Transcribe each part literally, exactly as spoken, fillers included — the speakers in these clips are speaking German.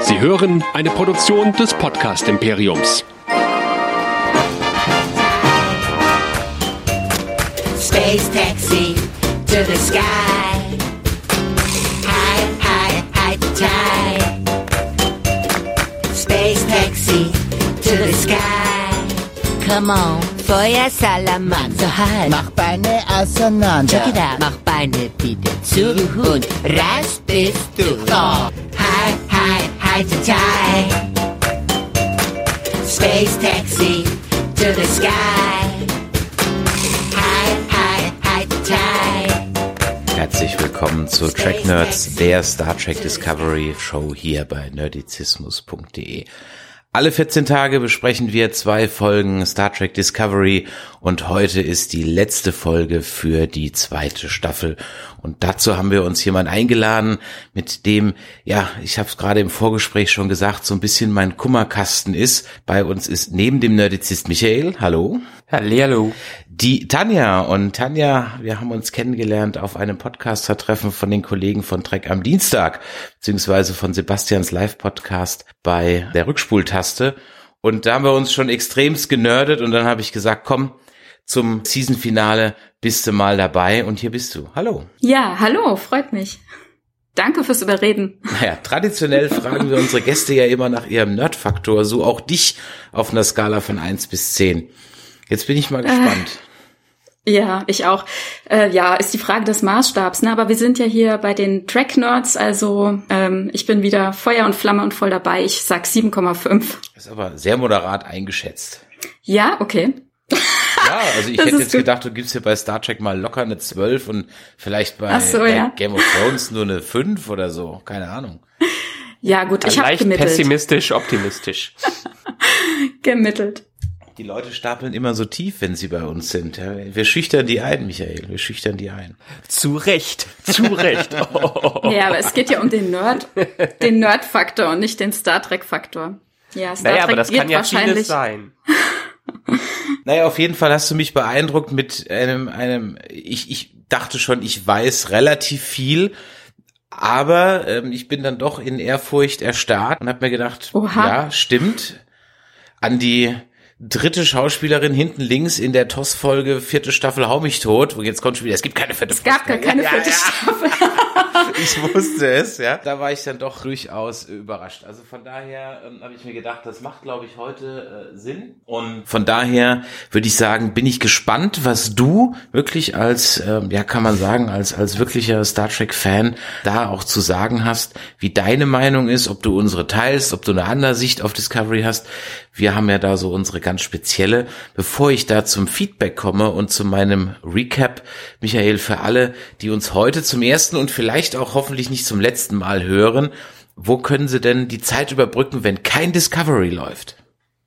Sie hören eine Produktion des Podcast-Imperiums. Space taxi to the sky. High, high, high to tie. Space taxi to the sky. Come on, Feuersalamander, so high. Mach Beine auseinander. Check it out. Mach Beine wieder zu und raus bist du. Oh. High, high, high to tie. Space taxi to the sky. Herzlich willkommen zu Trek Nerds, der Star Trek Discovery Show hier bei nerdizismus punkt de. Alle vierzehn Tage besprechen wir zwei Folgen Star Trek Discovery und heute ist die letzte Folge für die zweite Staffel. Und dazu haben wir uns jemanden eingeladen, mit dem, ja, ich habe es gerade im Vorgespräch schon gesagt, so ein bisschen mein Kummerkasten ist. Bei uns ist neben dem Nerdizist Michael, hallo. Hallihallo. Die Tanja. Und Tanja, wir haben uns kennengelernt auf einem Podcaster-Treffen von den Kollegen von Trek am Dienstag, beziehungsweise von Sebastians Live-Podcast bei der Rückspultaste. Und da haben wir uns schon extremst generdet und dann habe ich gesagt, komm, zum Season-Finale bist du mal dabei und hier bist du. Hallo. Ja, hallo, freut mich. Danke fürs Überreden. Naja, traditionell fragen wir unsere Gäste ja immer nach ihrem Nerd-Faktor, so auch dich auf einer Skala von eins bis zehn. Jetzt bin ich mal gespannt. Äh, ja, ich auch. Äh, ja, ist die Frage des Maßstabs, ne? Aber wir sind ja hier bei den Trek-Nerds, also ähm, ich bin wieder Feuer und Flamme und voll dabei. Ich sag sieben Komma fünf. Das ist aber sehr moderat eingeschätzt. Ja, okay. Ja, also ich hätte jetzt gut gedacht, du gibst hier bei Star Trek mal locker eine zwölf und vielleicht bei, so, bei ja. Game of Thrones nur eine fünf oder so. Keine Ahnung. Ja gut, ich habe leicht gemittelt. Pessimistisch, optimistisch. Gemittelt. Die Leute stapeln immer so tief, wenn sie bei uns sind. Wir schüchtern die ein, Michael. Wir schüchtern die ein. Zu Recht, zu Recht. Oh. Ja, aber es geht ja um den Nerd, den Nerd-Faktor und nicht den Star Trek-Faktor. Ja, Star naja, Trek aber das wird kann ja wahrscheinlich vieles sein. Naja, auf jeden Fall hast du mich beeindruckt mit einem, einem, ich, ich dachte schon, ich weiß relativ viel, aber ähm, ich bin dann doch in Ehrfurcht erstarrt und habe mir gedacht, Oha. Ja, stimmt, an die dritte Schauspielerin hinten links in der T O S-Folge, vierte Staffel Hau mich tot, wo jetzt kommt schon wieder, es gibt keine vierte Staffel. Es gab gar keine ja, vierte ja, ja. Staffel. Ich wusste es, ja. Da war ich dann doch durchaus überrascht. Also von daher ähm, habe ich mir gedacht, das macht, glaube ich, heute äh, Sinn. Und von daher würde ich sagen, bin ich gespannt, was du wirklich als, ähm, ja, kann man sagen, als als wirklicher Star Trek-Fan da auch zu sagen hast, wie deine Meinung ist, ob du unsere teilst, ob du eine andere Sicht auf Discovery hast. Wir haben ja da so unsere ganz spezielle. Bevor ich da zum Feedback komme und zu meinem Recap, Michael, für alle, die uns heute zum ersten und vielleicht auch hoffentlich nicht zum letzten Mal hören, wo können sie denn die Zeit überbrücken, wenn kein Discovery läuft?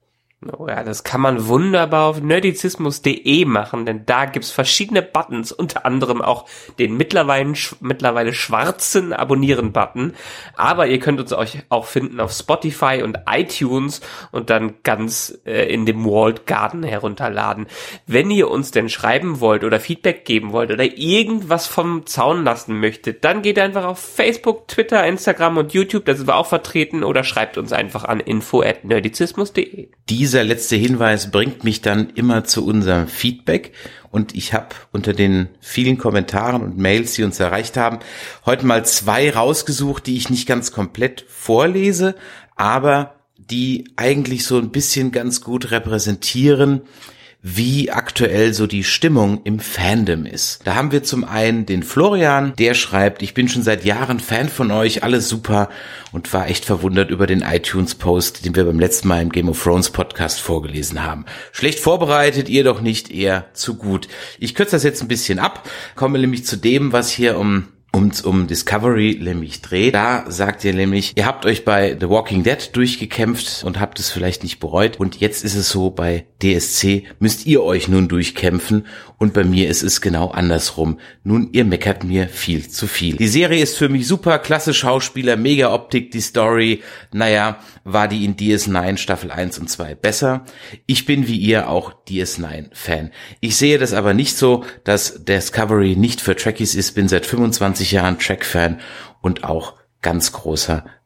Oh ja, das kann man wunderbar auf nerdizismus punkt de machen, denn da gibt's verschiedene Buttons, unter anderem auch den mittlerweile, mittlerweile schwarzen Abonnieren-Button, aber ihr könnt uns euch auch finden auf Spotify und iTunes und dann ganz äh, in dem Walled Garden herunterladen. Wenn ihr uns denn schreiben wollt oder Feedback geben wollt oder irgendwas vom Zaun lassen möchtet, dann geht einfach auf Facebook, Twitter, Instagram und YouTube, da sind wir auch vertreten, oder schreibt uns einfach an info at nerdizismus punkt de. Dieser letzte Hinweis bringt mich dann immer zu unserem Feedback und ich habe unter den vielen Kommentaren und Mails, die uns erreicht haben, heute mal zwei rausgesucht, die ich nicht ganz komplett vorlese, aber die eigentlich so ein bisschen ganz gut repräsentieren, wie aktuell so die Stimmung im Fandom ist. Da haben wir zum einen den Florian, der schreibt, ich bin schon seit Jahren Fan von euch, alles super, und war echt verwundert über den iTunes-Post, den wir beim letzten Mal im Game of Thrones Podcast vorgelesen haben. Schlecht vorbereitet, ihr doch nicht, eher zu gut. Ich kürze das jetzt ein bisschen ab, komme nämlich zu dem, was hier um um, um Discovery nämlich dreht. Da sagt ihr nämlich, ihr habt euch bei The Walking Dead durchgekämpft und habt es vielleicht nicht bereut. Und jetzt ist es so, bei D S C müsst ihr euch nun durchkämpfen. Und bei mir ist es genau andersrum. Nun, ihr meckert mir viel zu viel. Die Serie ist für mich super, klasse Schauspieler, mega Optik, die Story. Naja, war die in D S neun Staffel eins und zwei besser. Ich bin wie ihr auch D S neun Fan. Ich sehe das aber nicht so, dass Discovery nicht für Trekkies ist. Bin seit fünfundzwanzig Jahren Trek-Fan und auch ganz großer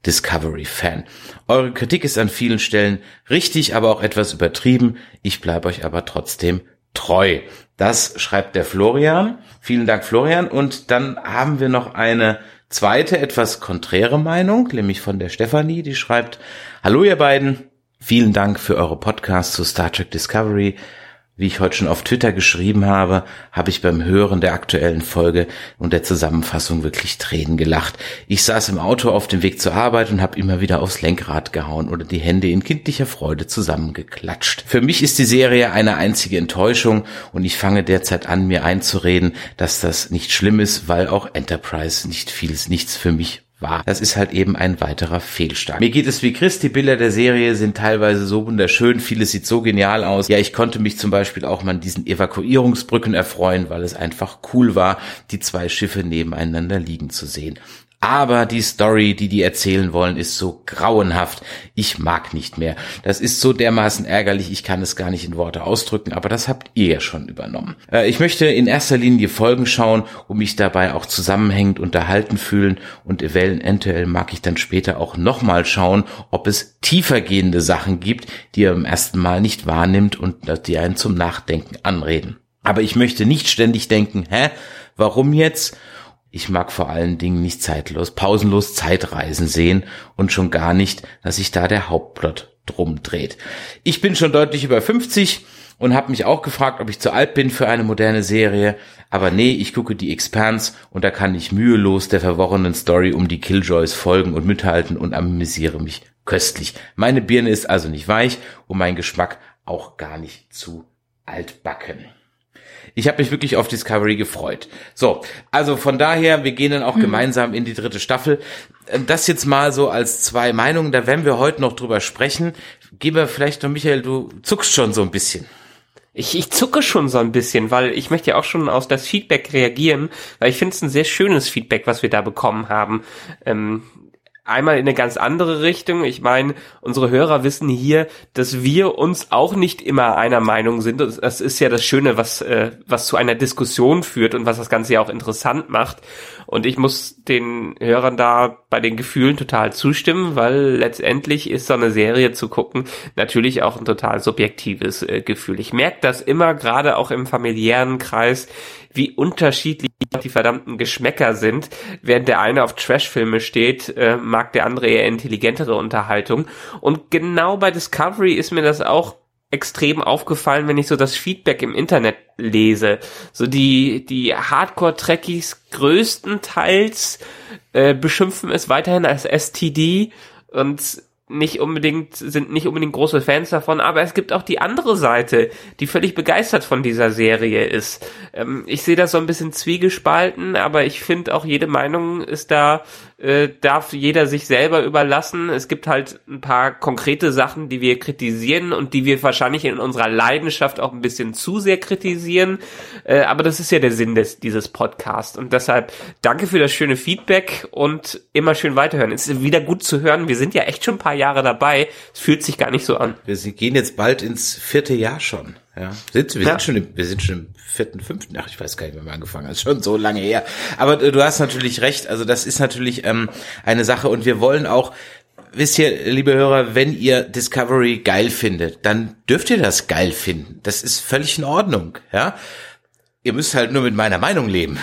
Discovery-Fan. Eure Kritik ist an vielen Stellen richtig, aber auch etwas übertrieben. Ich bleibe euch aber trotzdem treu. Das schreibt der Florian. Vielen Dank, Florian. Und dann haben wir noch eine zweite, etwas konträre Meinung, nämlich von der Stefanie, die schreibt: Hallo ihr beiden, vielen Dank für eure Podcasts zu Star Trek Discovery. Wie ich heute schon auf Twitter geschrieben habe, habe ich beim Hören der aktuellen Folge und der Zusammenfassung wirklich Tränen gelacht. Ich saß im Auto auf dem Weg zur Arbeit und habe immer wieder aufs Lenkrad gehauen oder die Hände in kindlicher Freude zusammengeklatscht. Für mich ist die Serie eine einzige Enttäuschung und ich fange derzeit an, mir einzureden, dass das nicht schlimm ist, weil auch Enterprise nicht vieles nichts für mich war. Das ist halt eben ein weiterer Fehlstart. Mir geht es wie Chris, die Bilder der Serie sind teilweise so wunderschön, vieles sieht so genial aus. Ja, ich konnte mich zum Beispiel auch mal an diesen Evakuierungsbrücken erfreuen, weil es einfach cool war, die zwei Schiffe nebeneinander liegen zu sehen. Aber die Story, die die erzählen wollen, ist so grauenhaft. Ich mag nicht mehr. Das ist so dermaßen ärgerlich, ich kann es gar nicht in Worte ausdrücken, aber das habt ihr ja schon übernommen. Äh, ich möchte in erster Linie Folgen schauen und mich dabei auch zusammenhängend unterhalten fühlen und eventuell mag ich dann später auch nochmal schauen, ob es tiefergehende Sachen gibt, die ihr beim ersten Mal nicht wahrnimmt und die einen zum Nachdenken anreden. Aber ich möchte nicht ständig denken, hä, warum jetzt? Ich mag vor allen Dingen nicht zeitlos, pausenlos Zeitreisen sehen und schon gar nicht, dass sich da der Hauptplot drum dreht. Ich bin schon deutlich über fünfzig und habe mich auch gefragt, ob ich zu alt bin für eine moderne Serie. Aber nee, ich gucke die Expanse und da kann ich mühelos der verworrenen Story um die Killjoys folgen und mithalten und amüsiere mich köstlich. Meine Birne ist also nicht weich und mein Geschmack auch gar nicht zu altbacken. Ich habe mich wirklich auf Discovery gefreut. So, also von daher, wir gehen dann auch mhm. gemeinsam in die dritte Staffel. Das jetzt mal so als zwei Meinungen, da werden wir heute noch drüber sprechen. Gib mir vielleicht noch, Michael, du zuckst schon so ein bisschen. Ich, ich zucke schon so ein bisschen, weil ich möchte ja auch schon auf das Feedback reagieren, weil ich finde es ein sehr schönes Feedback, was wir da bekommen haben. Ähm, Einmal in eine ganz andere Richtung. Ich meine, unsere Hörer wissen hier, dass wir uns auch nicht immer einer Meinung sind. Das ist ja das Schöne, was äh, was zu einer Diskussion führt und was das Ganze ja auch interessant macht. Und ich muss den Hörern da bei den Gefühlen total zustimmen, weil letztendlich ist so eine Serie zu gucken natürlich auch ein total subjektives äh, Gefühl. Ich merke das immer, gerade auch im familiären Kreis, wie unterschiedlich die verdammten Geschmäcker sind. Während der eine auf Trashfilme steht, äh, mag der andere eher intelligentere Unterhaltung. Und genau bei Discovery ist mir das auch extrem aufgefallen, wenn ich so das Feedback im Internet lese. So die die Hardcore-Trekkies größtenteils äh, beschimpfen es weiterhin als S T D und nicht unbedingt, sind nicht unbedingt große Fans davon, aber es gibt auch die andere Seite, die völlig begeistert von dieser Serie ist. Ähm, ich sehe das so ein bisschen zwiegespalten, aber ich finde auch jede Meinung ist da, äh, darf jeder sich selber überlassen. Es gibt halt ein paar konkrete Sachen, die wir kritisieren und die wir wahrscheinlich in unserer Leidenschaft auch ein bisschen zu sehr kritisieren, äh, aber das ist ja der Sinn des, dieses Podcasts und deshalb danke für das schöne Feedback und immer schön weiterhören. Es ist wieder gut zu hören, wir sind ja echt schon ein paar Jahre dabei. Es fühlt sich gar nicht so an. Wir gehen jetzt bald ins vierte Jahr schon. Ja, sind, wir, ja. sind schon im, wir sind schon im vierten, fünften, ach, ich weiß gar nicht, wann wir angefangen haben, ist schon so lange her. Aber äh, du hast natürlich recht, also das ist natürlich ähm, eine Sache und wir wollen auch, wisst ihr, liebe Hörer, wenn ihr Discovery geil findet, dann dürft ihr das geil finden. Das ist völlig in Ordnung, ja. Ihr müsst halt nur mit meiner Meinung leben.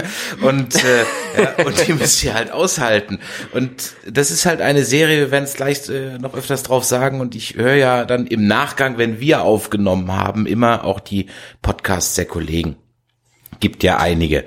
und äh, ja, und die müsst ihr halt aushalten. Und das ist halt eine Serie, wir werden es gleich äh, noch öfters drauf sagen und ich höre ja dann im Nachgang, wenn wir aufgenommen haben, immer auch die Podcasts der Kollegen. Gibt ja einige.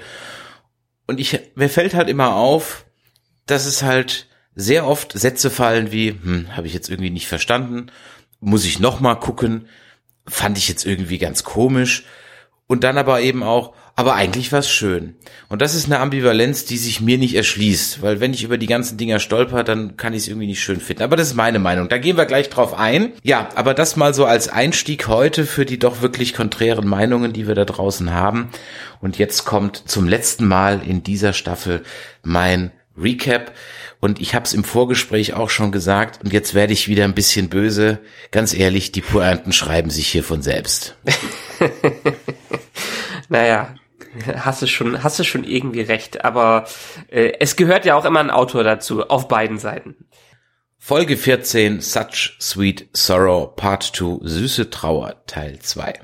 Und ich mir fällt halt immer auf, dass es halt sehr oft Sätze fallen wie, hm, habe ich jetzt irgendwie nicht verstanden, muss ich noch mal gucken, fand ich jetzt irgendwie ganz komisch. Und dann aber eben auch, aber eigentlich war's schön. Und das ist eine Ambivalenz, die sich mir nicht erschließt, weil wenn ich über die ganzen Dinger stolper, dann kann ich es irgendwie nicht schön finden. Aber das ist meine Meinung, da gehen wir gleich drauf ein. Ja, aber das mal so als Einstieg heute für die doch wirklich konträren Meinungen, die wir da draußen haben. Und jetzt kommt zum letzten Mal in dieser Staffel mein Recap. Und ich habe es im Vorgespräch auch schon gesagt und jetzt werde ich wieder ein bisschen böse. Ganz ehrlich, die Pointen schreiben sich hier von selbst. Naja, hast du schon, hast du schon irgendwie recht, aber äh, es gehört ja auch immer ein Autor dazu, auf beiden Seiten. Folge vierzehn, Such Sweet Sorrow, Part zwei, Süße Trauer, Teil zwei.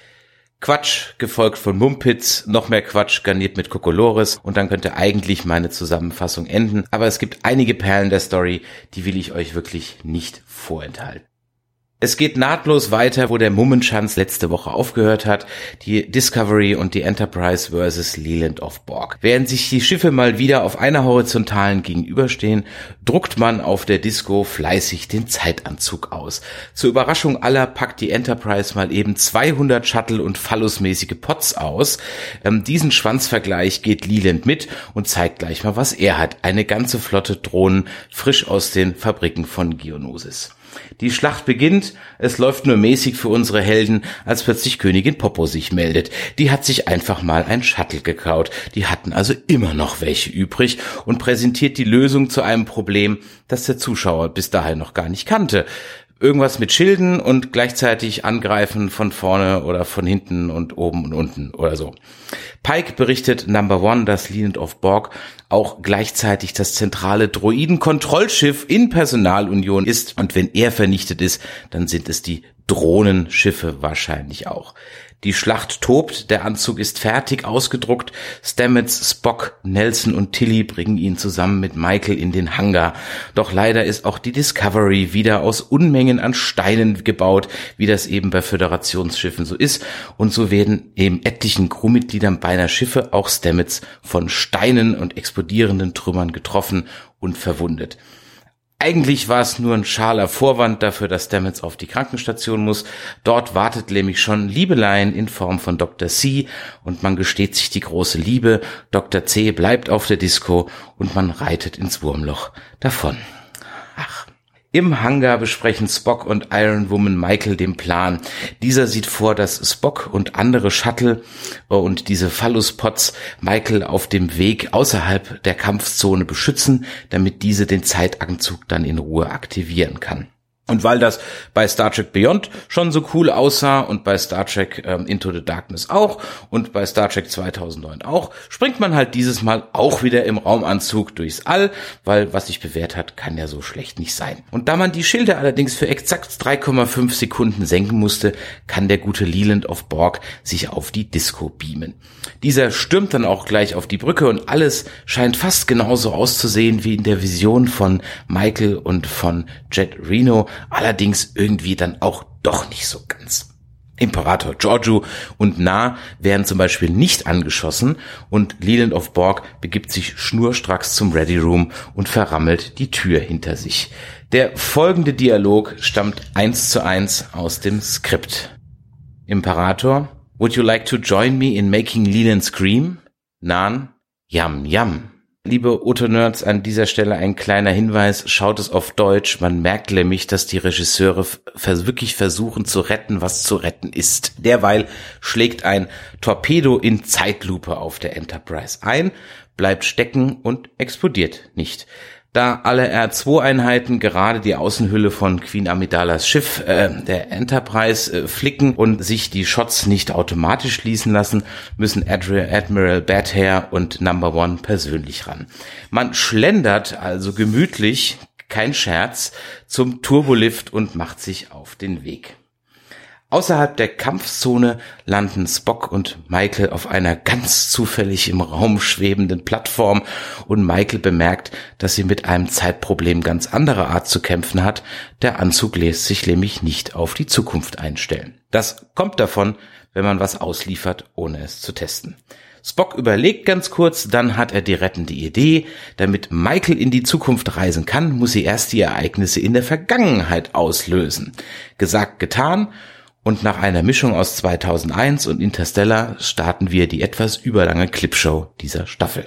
Quatsch, gefolgt von Mumpitz, noch mehr Quatsch, garniert mit Kokolores und dann könnte eigentlich meine Zusammenfassung enden. Aber es gibt einige Perlen der Story, die will ich euch wirklich nicht vorenthalten. Es geht nahtlos weiter, wo der Mummenschanz letzte Woche aufgehört hat. Die Discovery und die Enterprise versus Leland of Borg. Während sich die Schiffe mal wieder auf einer horizontalen gegenüberstehen, druckt man auf der Disco fleißig den Zeitanzug aus. Zur Überraschung aller packt die Enterprise mal eben zweihundert Shuttle- und phallusmäßige Pods aus. Ähm, diesen Schwanzvergleich geht Leland mit und zeigt gleich mal, was er hat. Eine ganze Flotte Drohnen, frisch aus den Fabriken von Geonosis. Die Schlacht beginnt, es läuft nur mäßig für unsere Helden, als plötzlich Königin Popo sich meldet. Die hat sich einfach mal ein Shuttle geklaut. Die hatten also immer noch welche übrig und präsentiert die Lösung zu einem Problem, das der Zuschauer bis dahin noch gar nicht kannte. Irgendwas mit Schilden und gleichzeitig angreifen von vorne oder von hinten und oben und unten oder so. Pike berichtet Number One, dass Leland of Borg auch gleichzeitig das zentrale Droiden-Kontrollschiff in Personalunion ist. Und wenn er vernichtet ist, dann sind es die Drohnenschiffe wahrscheinlich auch. Die Schlacht tobt, der Anzug ist fertig ausgedruckt. Stamets, Spock, Nelson und Tilly bringen ihn zusammen mit Michael in den Hangar. Doch leider ist auch die Discovery wieder aus Unmengen an Steinen gebaut, wie das eben bei Föderationsschiffen so ist. Und so werden eben etlichen Crewmitgliedern beider Schiffe, auch Stamets, von Steinen und explodierenden Trümmern getroffen und verwundet. Eigentlich war es nur ein schaler Vorwand dafür, dass Stamets auf die Krankenstation muss. Dort wartet nämlich schon Liebelein in Form von Doktor C und man gesteht sich die große Liebe. Doktor C bleibt auf der Disco und man reitet ins Wurmloch davon. Ach. Im Hangar besprechen Spock und Iron Woman Michael den Plan. Dieser sieht vor, dass Spock und andere Shuttle und diese Phallus-Pods Michael auf dem Weg außerhalb der Kampfzone beschützen, damit diese den Zeitanzug dann in Ruhe aktivieren kann. Und weil das bei Star Trek Beyond schon so cool aussah und bei Star Trek ähm, Into the Darkness auch und bei Star Trek zweitausendneun auch, springt man halt dieses Mal auch wieder im Raumanzug durchs All, weil was sich bewährt hat, kann ja so schlecht nicht sein. Und da man die Schilde allerdings für exakt drei Komma fünf Sekunden senken musste, kann der gute Leland of Borg sich auf die Disco beamen. Dieser stürmt dann auch gleich auf die Brücke und alles scheint fast genauso auszusehen wie in der Vision von Michael und von Jet Reno, allerdings irgendwie dann auch doch nicht so ganz. Imperator Georgiou und Na werden zum Beispiel nicht angeschossen und Leland of Borg begibt sich schnurstracks zum Ready Room und verrammelt die Tür hinter sich. Der folgende Dialog stammt eins zu eins aus dem Skript. Imperator: Would you like to join me in making Leland scream? Nan: Yum, yum. Liebe Otto-Nerds, an dieser Stelle ein kleiner Hinweis, schaut es auf Deutsch, man merkt nämlich, dass die Regisseure vers- wirklich versuchen zu retten, was zu retten ist. Derweil schlägt ein Torpedo in Zeitlupe auf der Enterprise ein, bleibt stecken und explodiert nicht. Da alle R zwei Einheiten gerade die Außenhülle von Queen Amidala's Schiff, äh, der Enterprise, äh, flicken und sich die Shots nicht automatisch schließen lassen, müssen Admiral, Admiral Badhair und Number One persönlich ran. Man schlendert also gemütlich, kein Scherz, zum Turbolift und macht sich auf den Weg. Außerhalb der Kampfzone landen Spock und Michael auf einer ganz zufällig im Raum schwebenden Plattform und Michael bemerkt, dass sie mit einem Zeitproblem ganz anderer Art zu kämpfen hat. Der Anzug lässt sich nämlich nicht auf die Zukunft einstellen. Das kommt davon, wenn man was ausliefert, ohne es zu testen. Spock überlegt ganz kurz, dann hat er die rettende Idee. Damit Michael in die Zukunft reisen kann, muss sie erst die Ereignisse in der Vergangenheit auslösen. Gesagt, getan. Und nach einer Mischung aus zweitausendeins und Interstellar starten wir die etwas überlange Clipshow dieser Staffel.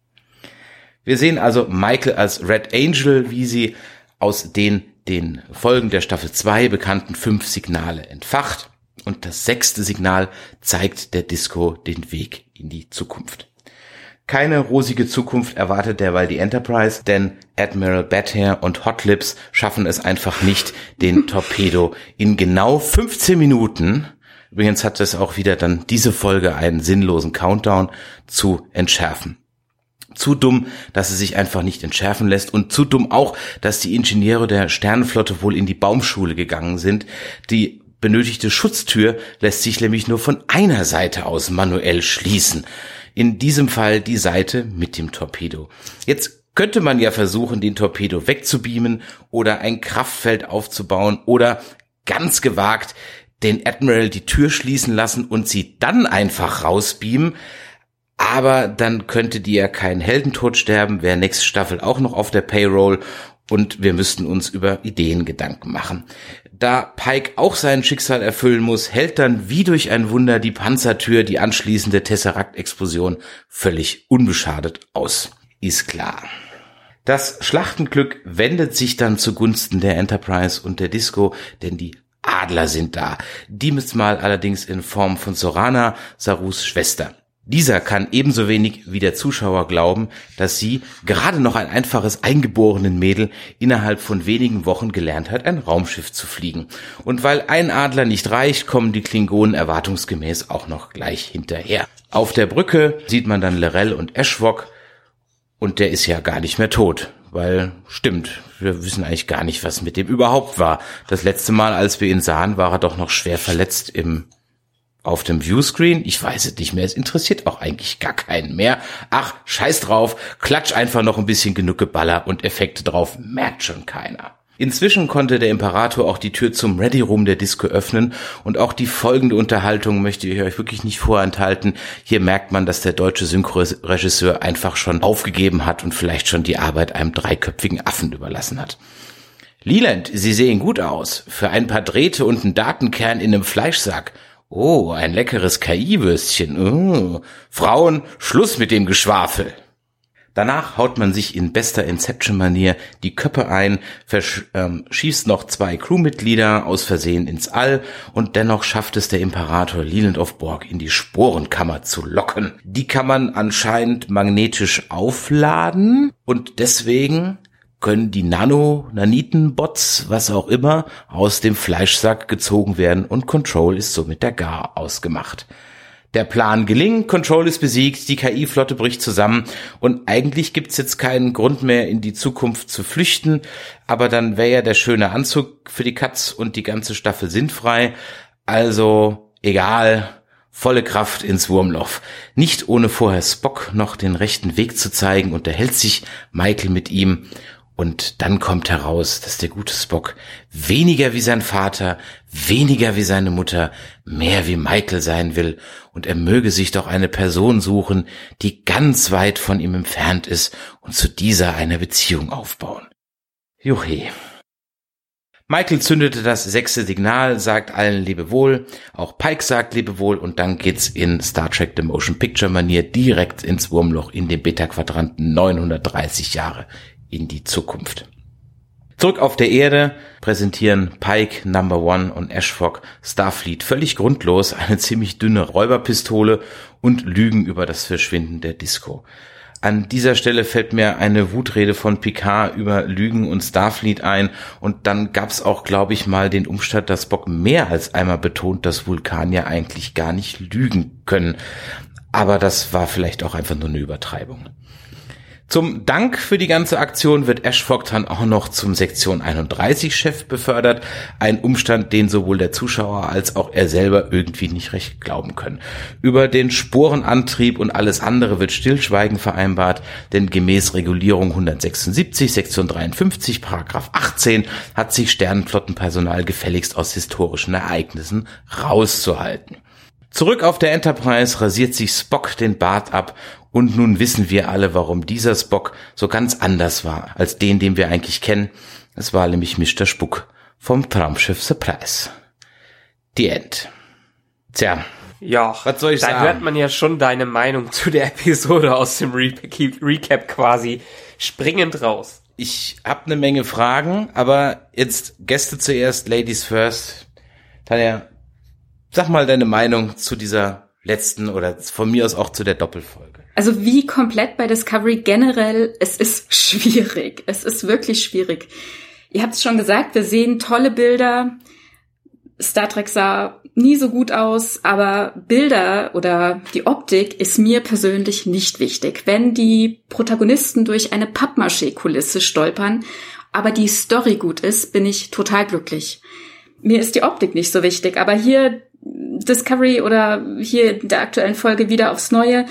Wir sehen also Michael als Red Angel, wie sie aus den, den Folgen der Staffel zwei bekannten fünf Signale entfacht. Und das sechste Signal zeigt der Disco den Weg in die Zukunft. Keine rosige Zukunft erwartet derweil die Enterprise, denn Admiral Badhair und Hot Lips schaffen es einfach nicht, den Torpedo in genau fünfzehn Minuten, übrigens hat es auch wieder dann diese Folge einen sinnlosen Countdown, zu entschärfen. Zu dumm, dass es sich einfach nicht entschärfen lässt und zu dumm auch, dass die Ingenieure der Sternenflotte wohl in die Baumschule gegangen sind. Die benötigte Schutztür lässt sich nämlich nur von einer Seite aus manuell schließen. In diesem Fall die Seite mit dem Torpedo. Jetzt könnte man ja versuchen, den Torpedo wegzubeamen oder ein Kraftfeld aufzubauen oder ganz gewagt den Admiral die Tür schließen lassen und sie dann einfach rausbeamen. Aber dann könnte die ja keinen Heldentod sterben, wäre nächste Staffel auch noch auf der Payroll und wir müssten uns über Ideen Gedanken machen. Da Pike auch sein Schicksal erfüllen muss, hält dann wie durch ein Wunder die Panzertür die anschließende Tesseract-Explosion völlig unbeschadet aus. Ist klar. Das Schlachtenglück wendet sich dann zugunsten der Enterprise und der Disco, denn die Adler sind da. Diesmal allerdings in Form von Sorana, Sarus Schwester. Dieser kann ebenso wenig wie der Zuschauer glauben, dass sie, gerade noch ein einfaches eingeborenen Mädel, innerhalb von wenigen Wochen gelernt hat, ein Raumschiff zu fliegen. Und weil ein Adler nicht reicht, kommen die Klingonen erwartungsgemäß auch noch gleich hinterher. Auf der Brücke sieht man dann L'Rell und Ashwok und der ist ja gar nicht mehr tot. Weil, stimmt, wir wissen eigentlich gar nicht, was mit dem überhaupt war. Das letzte Mal, als wir ihn sahen, war er doch noch schwer verletzt im auf dem Viewscreen. Ich weiß es nicht mehr, es interessiert auch eigentlich gar keinen mehr. Ach, scheiß drauf, klatsch einfach noch ein bisschen genug Geballer und Effekte drauf, merkt schon keiner. Inzwischen konnte der Imperator auch die Tür zum Ready Room der Disco öffnen und auch die folgende Unterhaltung möchte ich euch wirklich nicht vorenthalten. Hier merkt man, dass der deutsche Synchroregisseur einfach schon aufgegeben hat und vielleicht schon die Arbeit einem dreiköpfigen Affen überlassen hat. Leland, Sie sehen gut aus. Für ein paar Drähte und einen Datenkern in einem Fleischsack. Oh, ein leckeres K I-Würstchen. Oh. Frauen, Schluss mit dem Geschwafel. Danach haut man sich in bester Inception-Manier die Köpfe ein, versch- ähm, schießt noch zwei Crewmitglieder aus Versehen ins All und dennoch schafft es der Imperator Leland of Borg in die Sporenkammer zu locken. Die kann man anscheinend magnetisch aufladen und deswegen können die Nano-Naniten-Bots, was auch immer, aus dem Fleischsack gezogen werden und Control ist somit der Gar ausgemacht. Der Plan gelingt, Control ist besiegt, die K I-Flotte bricht zusammen und eigentlich gibt's jetzt keinen Grund mehr, in die Zukunft zu flüchten, aber dann wäre ja der schöne Anzug für die Katz und die ganze Staffel sinnfrei, also egal, volle Kraft ins Wurmloch. Nicht ohne vorher Spock noch den rechten Weg zu zeigen, unterhält sich Michael mit ihm. Und dann kommt heraus, dass der gute Spock weniger wie sein Vater, weniger wie seine Mutter, mehr wie Michael sein will. Und er möge sich doch eine Person suchen, die ganz weit von ihm entfernt ist und zu dieser eine Beziehung aufbauen. Juhe. Michael zündete das sechste Signal, sagt allen Lebewohl, auch Pike sagt Lebewohl und dann geht's in Star Trek The Motion Picture Manier direkt ins Wurmloch in den Beta-Quadranten neunhundertdreißig Jahre in die Zukunft. Zurück auf der Erde präsentieren Pike, Number One und Ashwok Starfleet völlig grundlos eine ziemlich dünne Räuberpistole und lügen über das Verschwinden der Disco. An dieser Stelle fällt mir eine Wutrede von Picard über Lügen und Starfleet ein und dann gab's auch, glaube ich, mal den Umstand, dass Spock mehr als einmal betont, dass Vulkanier eigentlich gar nicht lügen können. Aber das war vielleicht auch einfach nur eine Übertreibung. Zum Dank für die ganze Aktion wird Ashwok dann auch noch zum Sektion einunddreißig-Chef befördert. Ein Umstand, den sowohl der Zuschauer als auch er selber irgendwie nicht recht glauben können. Über den Sporenantrieb und alles andere wird Stillschweigen vereinbart, denn gemäß Regulierung hundertsechsundsiebzig, Sektion dreiundfünfzig, Paragraph achtzehn hat sich Sternenflottenpersonal gefälligst aus historischen Ereignissen rauszuhalten. Zurück auf der Enterprise rasiert sich Spock den Bart ab und nun wissen wir alle, warum dieser Spock so ganz anders war als den, den wir eigentlich kennen. Es war nämlich Mister Spuck vom Traumschiff Surprise. The End. Tja, ja, was soll ich da sagen? Da hört man ja schon deine Meinung zu der Episode aus dem Re- Recap quasi springend raus. Ich habe eine Menge Fragen, aber jetzt Gäste zuerst, Ladies first. Tanja, sag mal deine Meinung zu dieser letzten oder von mir aus auch zu der Doppelfolge. Also wie komplett bei Discovery generell, es ist schwierig. Es ist wirklich schwierig. Ihr habt es schon gesagt, wir sehen tolle Bilder. Star Trek sah nie so gut aus, aber Bilder oder die Optik ist mir persönlich nicht wichtig. Wenn die Protagonisten durch eine Pappmaché-Kulisse stolpern, aber die Story gut ist, bin ich total glücklich. Mir ist die Optik nicht so wichtig, aber hier Discovery oder hier in der aktuellen Folge wieder aufs Neue,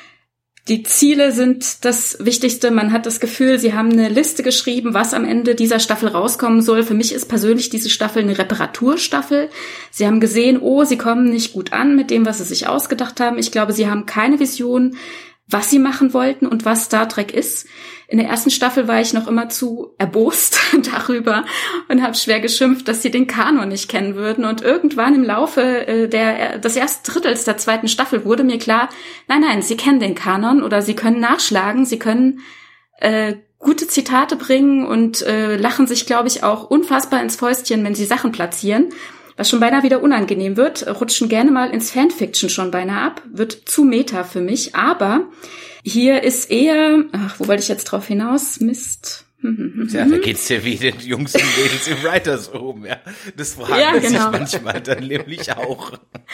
die Ziele sind das Wichtigste. Man hat das Gefühl, sie haben eine Liste geschrieben, was am Ende dieser Staffel rauskommen soll. Für mich ist persönlich diese Staffel eine Reparaturstaffel. Sie haben gesehen, oh, sie kommen nicht gut an mit dem, was sie sich ausgedacht haben. Ich glaube, sie haben keine Vision, was sie machen wollten und was Star Trek ist. In der ersten Staffel war ich noch immer zu erbost darüber und habe schwer geschimpft, dass sie den Kanon nicht kennen würden. Und irgendwann im Laufe äh, der des ersten Drittels der zweiten Staffel wurde mir klar, nein, nein, sie kennen den Kanon oder sie können nachschlagen, sie können äh, gute Zitate bringen und äh, lachen sich, glaube ich, auch unfassbar ins Fäustchen, wenn sie Sachen platzieren. Was schon beinahe wieder unangenehm wird, rutschen gerne mal ins Fanfiction schon beinahe ab, wird zu Meta für mich, aber hier ist eher, ach, wo wollte ich jetzt drauf hinaus? Mist. Ja, da geht's ja wie den Jungs und Mädels im Writers Room, ja. Das fragen ja, die genau. sich manchmal dann nämlich auch.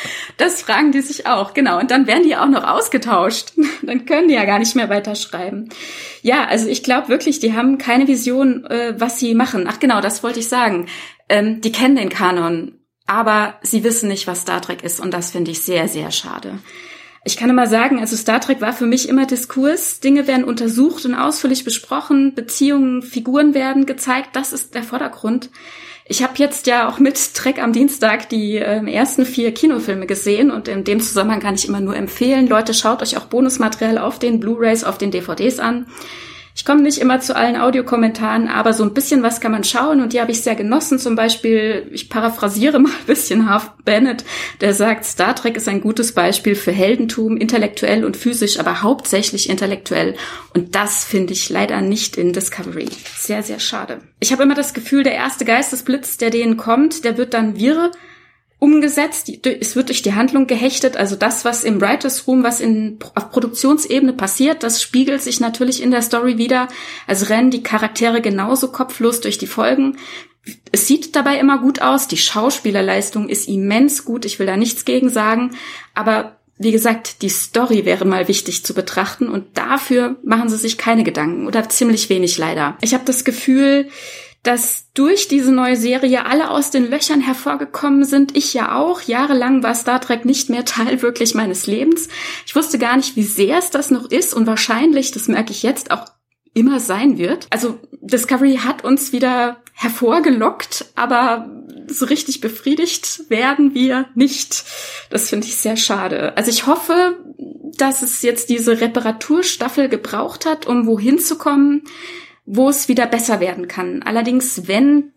Das fragen die sich auch, genau. Und dann werden die auch noch ausgetauscht. Dann können die ja gar nicht mehr weiterschreiben. Ja, also ich glaube wirklich, die haben keine Vision, äh, was sie machen. Ach genau, das wollte ich sagen. Ähm, die kennen den Kanon, aber sie wissen nicht, was Star Trek ist. Und das finde ich sehr, sehr schade. Ich kann immer sagen, also Star Trek war für mich immer Diskurs. Dinge werden untersucht und ausführlich besprochen. Beziehungen, Figuren werden gezeigt. Das ist der Vordergrund. Ich habe jetzt ja auch mit Trek am Dienstag die äh, ersten vier Kinofilme gesehen. Und in dem Zusammenhang kann ich immer nur empfehlen, Leute, schaut euch auch Bonusmaterial auf den Blu-rays, auf den D V Ds an. Ich komme nicht immer zu allen Audiokommentaren, aber so ein bisschen was kann man schauen und die habe ich sehr genossen. Zum Beispiel, ich paraphrasiere mal ein bisschen Harv Bennett, der sagt, Star Trek ist ein gutes Beispiel für Heldentum, intellektuell und physisch, aber hauptsächlich intellektuell. Und das finde ich leider nicht in Discovery. Sehr, sehr schade. Ich habe immer das Gefühl, der erste Geistesblitz, der denen kommt, der wird dann wirr umgesetzt, es wird durch die Handlung gehechtet, also das, was im Writers Room, was in, auf Produktionsebene passiert, das spiegelt sich natürlich in der Story wieder, also rennen die Charaktere genauso kopflos durch die Folgen. Es sieht dabei immer gut aus, die Schauspielerleistung ist immens gut, ich will da nichts gegen sagen, aber wie gesagt, die Story wäre mal wichtig zu betrachten und dafür machen sie sich keine Gedanken oder ziemlich wenig leider. Ich habe das Gefühl, dass durch diese neue Serie alle aus den Löchern hervorgekommen sind. Ich ja auch. Jahrelang war Star Trek nicht mehr Teil wirklich meines Lebens. Ich wusste gar nicht, wie sehr es das noch ist und wahrscheinlich, das merke ich jetzt, auch immer sein wird. Also Discovery hat uns wieder hervorgelockt, aber so richtig befriedigt werden wir nicht. Das finde ich sehr schade. Also ich hoffe, dass es jetzt diese Reparaturstaffel gebraucht hat, um wohin zu kommen, wo es wieder besser werden kann. Allerdings, wenn,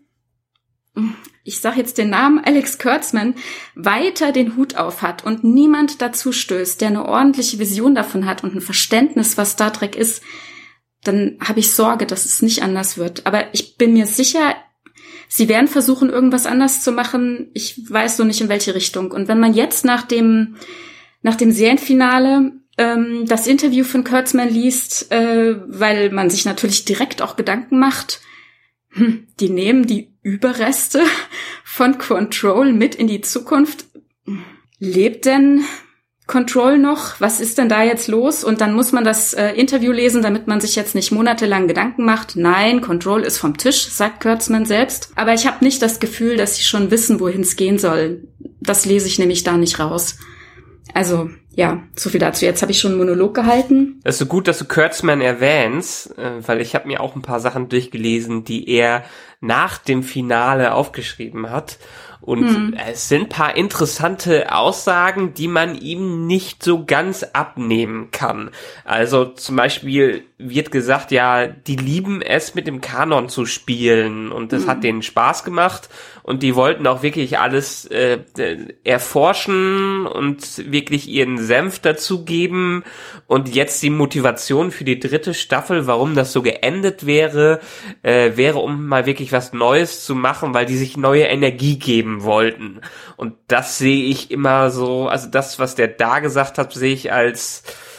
ich sage jetzt den Namen, Alex Kurtzman weiter den Hut auf hat und niemand dazu stößt, der eine ordentliche Vision davon hat und ein Verständnis, was Star Trek ist, dann habe ich Sorge, dass es nicht anders wird. Aber ich bin mir sicher, sie werden versuchen, irgendwas anders zu machen. Ich weiß so nicht, in welche Richtung. Und wenn man jetzt nach dem, nach dem Serienfinale ähm, das Interview von Kurtzman liest, äh, weil man sich natürlich direkt auch Gedanken macht, hm, die nehmen die Überreste von Control mit in die Zukunft. Lebt denn Control noch? Was ist denn da jetzt los? Und dann muss man das äh, Interview lesen, damit man sich jetzt nicht monatelang Gedanken macht. Nein, Control ist vom Tisch, sagt Kurtzman selbst. Aber ich habe nicht das Gefühl, dass sie schon wissen, wohin es gehen soll. Das lese ich nämlich da nicht raus. Also, ja, so viel dazu. Jetzt habe ich schon einen Monolog gehalten. Es ist so gut, dass du Kurtzman erwähnst, weil ich habe mir auch ein paar Sachen durchgelesen, die er nach dem Finale aufgeschrieben hat. Und hm. es sind ein paar interessante Aussagen, die man ihm nicht so ganz abnehmen kann. Also zum Beispiel wird gesagt, ja, die lieben es, mit dem Kanon zu spielen und das hm. hat denen Spaß gemacht und die wollten auch wirklich alles äh, erforschen und wirklich ihren Senf dazugeben und jetzt die Motivation für die dritte Staffel, warum das so geendet wäre, äh, wäre, um mal wirklich was Neues zu machen, weil die sich neue Energie geben wollten. Und das sehe ich immer so, also das, was der da gesagt hat, sehe ich als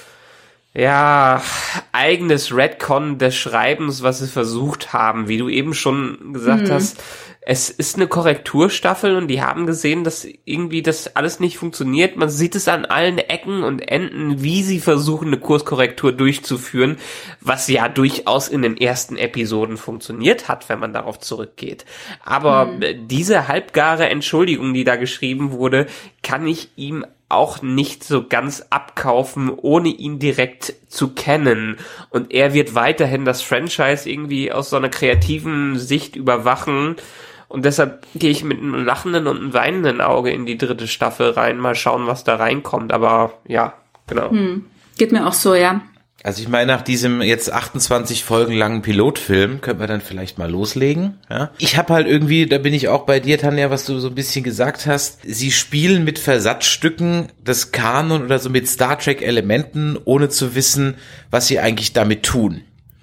ja, eigenes Retcon des Schreibens, was sie versucht haben, wie du eben schon gesagt mhm. hast. es ist eine Korrekturstaffel und die haben gesehen, dass irgendwie das alles nicht funktioniert. Man sieht es an allen Ecken und Enden, wie sie versuchen, eine Kurskorrektur durchzuführen, was ja durchaus in den ersten Episoden funktioniert hat, wenn man darauf zurückgeht. Aber hm. diese halbgare Entschuldigung, die da geschrieben wurde, kann ich ihm auch nicht so ganz abkaufen, ohne ihn direkt zu kennen. Und er wird weiterhin das Franchise irgendwie aus so einer kreativen Sicht überwachen. Und deshalb gehe ich mit einem lachenden und einem weinenden Auge in die dritte Staffel rein. Mal schauen, was da reinkommt. Aber ja, genau. Hm. Geht mir auch so, ja. Also ich meine, nach diesem jetzt achtundzwanzig Folgen langen Pilotfilm können wir dann vielleicht mal loslegen. Ja? Ich habe halt irgendwie, da bin ich auch bei dir, Tanja, was du so ein bisschen gesagt hast, sie spielen mit Versatzstücken des Kanon oder so mit Star Trek Elementen, ohne zu wissen, was sie eigentlich damit tun.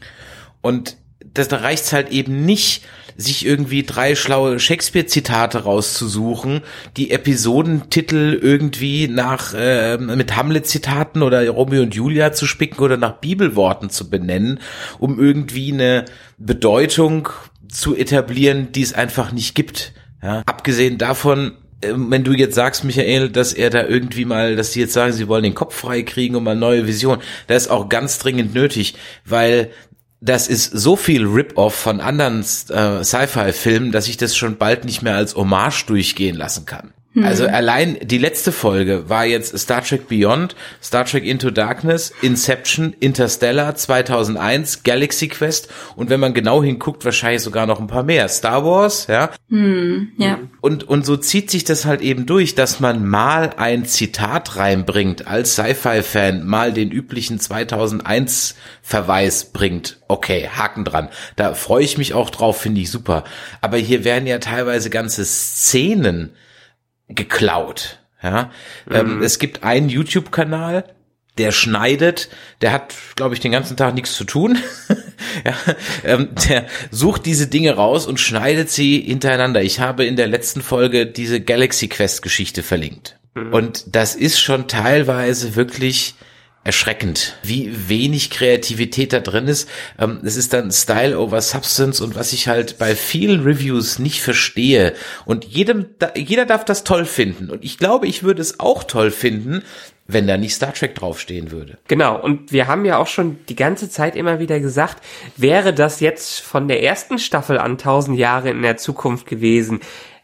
Und das, da reicht's halt eben nicht, sich irgendwie drei schlaue Shakespeare-Zitate rauszusuchen, die Episodentitel irgendwie nach äh, mit Hamlet-Zitaten oder Romeo und Julia zu spicken oder nach Bibelworten zu benennen, um irgendwie eine Bedeutung zu etablieren, die es einfach nicht gibt. Ja? Abgesehen davon, wenn du jetzt sagst, Michael, dass er da irgendwie mal, dass die jetzt sagen, sie wollen den Kopf frei kriegen und mal neue Vision, das ist auch ganz dringend nötig, weil das ist so viel Rip-Off von anderen äh, Sci-Fi-Filmen, dass ich das schon bald nicht mehr als Hommage durchgehen lassen kann. Hm. Also allein die letzte Folge war jetzt Star Trek Beyond, Star Trek Into Darkness, Inception, Interstellar, zweitausendeins, Galaxy Quest und wenn man genau hinguckt, wahrscheinlich sogar noch ein paar mehr. Star Wars, ja. Hm, ja. Und, und so zieht sich das halt eben durch, dass man mal ein Zitat reinbringt als Sci-Fi-Fan, mal den üblichen zweitausendeins Verweis bringt. Okay, Haken dran. Da freue ich mich auch drauf, finde ich super. Aber hier werden ja teilweise ganze Szenen geklaut. Ja, mhm. ähm, es gibt einen YouTube-Kanal, der schneidet, der hat, glaube ich, den ganzen Tag nichts zu tun. ja, ähm, der sucht diese Dinge raus und schneidet sie hintereinander. Ich habe in der letzten Folge diese Galaxy Quest Geschichte verlinkt. Mhm. Und das ist schon teilweise wirklich erschreckend, wie wenig Kreativität da drin ist. Ähm, es ist dann Style over Substance und was ich halt bei vielen Reviews nicht verstehe. Und jedem, jeder darf das toll finden. Und ich glaube, ich würde es auch toll finden, wenn da nicht Star Trek draufstehen würde. Genau, und wir haben ja auch schon die ganze Zeit immer wieder gesagt, wäre das jetzt von der ersten Staffel an tausend Jahre in der Zukunft gewesen,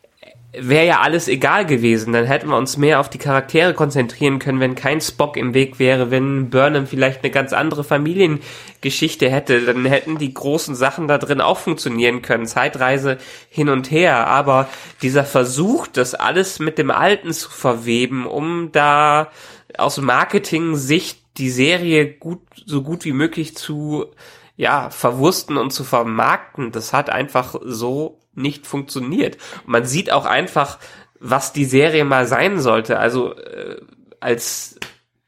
wäre ja alles egal gewesen. Dann hätten wir uns mehr auf die Charaktere konzentrieren können, wenn kein Spock im Weg wäre, wenn Burnham vielleicht eine ganz andere Familiengeschichte hätte, dann hätten die großen Sachen da drin auch funktionieren können. Zeitreise hin und her. Aber dieser Versuch, das alles mit dem Alten zu verweben, um da aus Marketing-Sicht die Serie gut, so gut wie möglich zu, ja, verwursten und zu vermarkten, das hat einfach so nicht funktioniert. Und man sieht auch einfach, was die Serie mal sein sollte. Also äh, als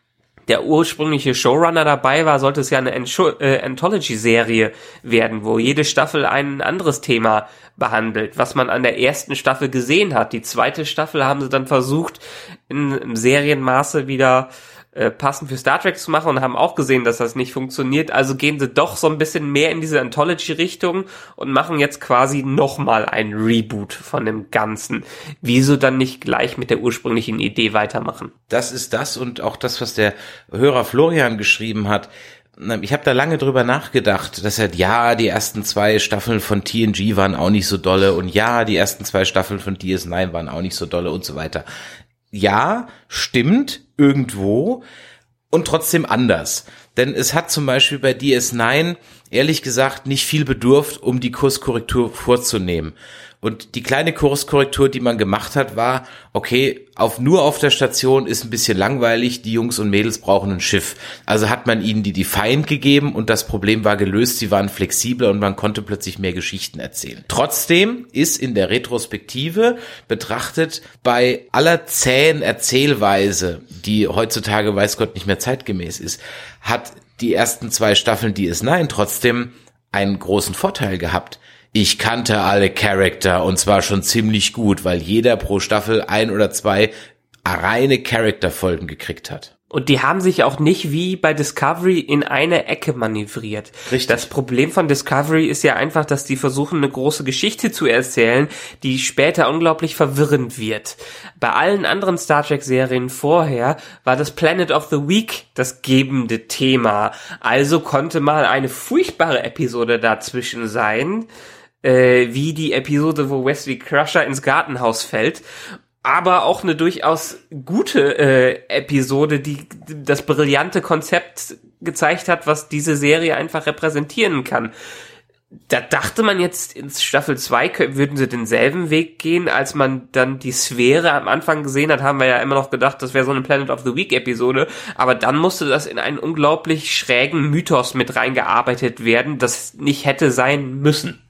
der ursprüngliche Showrunner dabei war, sollte es ja eine äh, Anthology-Serie werden, wo jede Staffel ein anderes Thema behandelt, was man an der ersten Staffel gesehen hat. Die zweite Staffel haben sie dann versucht, in, im Serienmaße wieder äh, passend für Star Trek zu machen und haben auch gesehen, dass das nicht funktioniert. Also gehen sie doch so ein bisschen mehr in diese Anthology-Richtung und machen jetzt quasi nochmal ein Reboot von dem Ganzen. Wieso dann nicht gleich mit der ursprünglichen Idee weitermachen? Das ist das und auch das, was der Hörer Florian geschrieben hat. Ich habe da lange drüber nachgedacht, dass er, ja, die ersten zwei Staffeln von T N G waren auch nicht so dolle und ja, die ersten zwei Staffeln von D S neun waren auch nicht so dolle und so weiter. Ja, stimmt, irgendwo und trotzdem anders. Denn es hat zum Beispiel bei D S neun ehrlich gesagt nicht viel bedurft, um die Kurskorrektur vorzunehmen. Und die kleine Kurskorrektur, die man gemacht hat, war, okay, auf nur auf der Station ist ein bisschen langweilig, die Jungs und Mädels brauchen ein Schiff. Also hat man ihnen die Defiant gegeben und das Problem war gelöst, sie waren flexibler und man konnte plötzlich mehr Geschichten erzählen. Trotzdem ist in der Retrospektive betrachtet bei aller zähen Erzählweise, die heutzutage weiß Gott nicht mehr zeitgemäß ist, hat die ersten zwei Staffeln D S neun trotzdem einen großen Vorteil gehabt. Ich kannte alle Charakter und zwar schon ziemlich gut, weil jeder pro Staffel ein oder zwei reine Charakterfolgen gekriegt hat. Und die haben sich auch nicht wie bei Discovery in eine Ecke manövriert. Richtig. Das Problem von Discovery ist ja einfach, dass die versuchen, eine große Geschichte zu erzählen, die später unglaublich verwirrend wird. Bei allen anderen Star Trek-Serien vorher war das Planet of the Week das gebende Thema. Also konnte mal eine furchtbare Episode dazwischen sein, äh, wie die Episode, wo Wesley Crusher ins Gartenhaus fällt. Aber auch eine durchaus gute äh, Episode, die das brillante Konzept gezeigt hat, was diese Serie einfach repräsentieren kann. Da dachte man jetzt in Staffel zwei würden sie denselben Weg gehen, als man dann die Sphäre am Anfang gesehen hat, haben wir ja immer noch gedacht, das wäre so eine Planet of the Week Episode, aber dann musste das in einen unglaublich schrägen Mythos mit reingearbeitet werden, das nicht hätte sein müssen.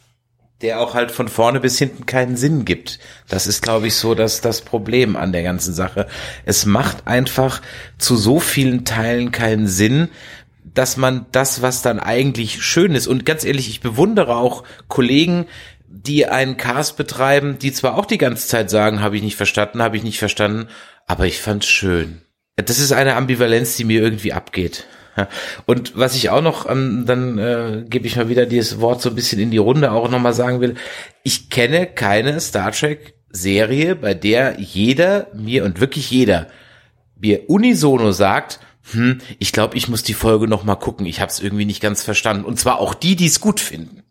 Der auch halt von vorne bis hinten keinen Sinn gibt. Das ist, glaube ich, so das, das Problem an der ganzen Sache. Es macht einfach zu so vielen Teilen keinen Sinn, dass man das, was dann eigentlich schön ist, und ganz ehrlich, ich bewundere auch Kollegen, die einen Cast betreiben, die zwar auch die ganze Zeit sagen, habe ich nicht verstanden, habe ich nicht verstanden, aber ich fand's schön. Das ist eine Ambivalenz, die mir irgendwie abgeht. Und was ich auch noch, ähm, dann äh, gebe ich mal wieder dieses Wort so ein bisschen in die Runde auch nochmal sagen will, ich kenne keine Star Trek Serie, bei der jeder mir und wirklich jeder mir unisono sagt, hm, ich glaube, ich muss die Folge nochmal gucken, ich habe es irgendwie nicht ganz verstanden. Und zwar auch die, die es gut finden.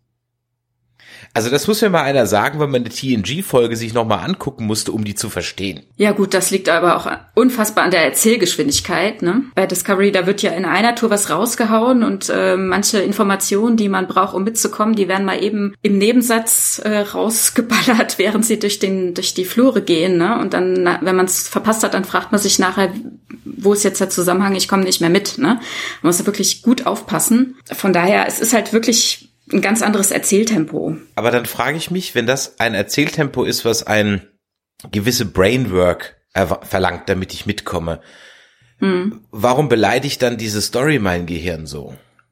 Also das muss mir mal einer sagen, wenn man eine T N G-Folge sich nochmal angucken musste, um die zu verstehen. Ja gut, das liegt aber auch unfassbar an der Erzählgeschwindigkeit, ne? Bei Discovery, da wird ja in einer Tour was rausgehauen und äh, manche Informationen, die man braucht, um mitzukommen, die werden mal eben im Nebensatz äh, rausgeballert, während sie durch den durch die Flure gehen, ne? Und dann, na, wenn man es verpasst hat, dann fragt man sich nachher, wo ist jetzt der Zusammenhang? Ich komme nicht mehr mit, ne? Man muss da wirklich gut aufpassen. Von daher, es ist halt wirklich ein ganz anderes Erzähltempo. Aber dann frage ich mich, wenn das ein Erzähltempo ist, was ein gewisse Brainwork erw- verlangt, damit ich mitkomme, hm. warum beleidigt dann diese Story mein Gehirn so?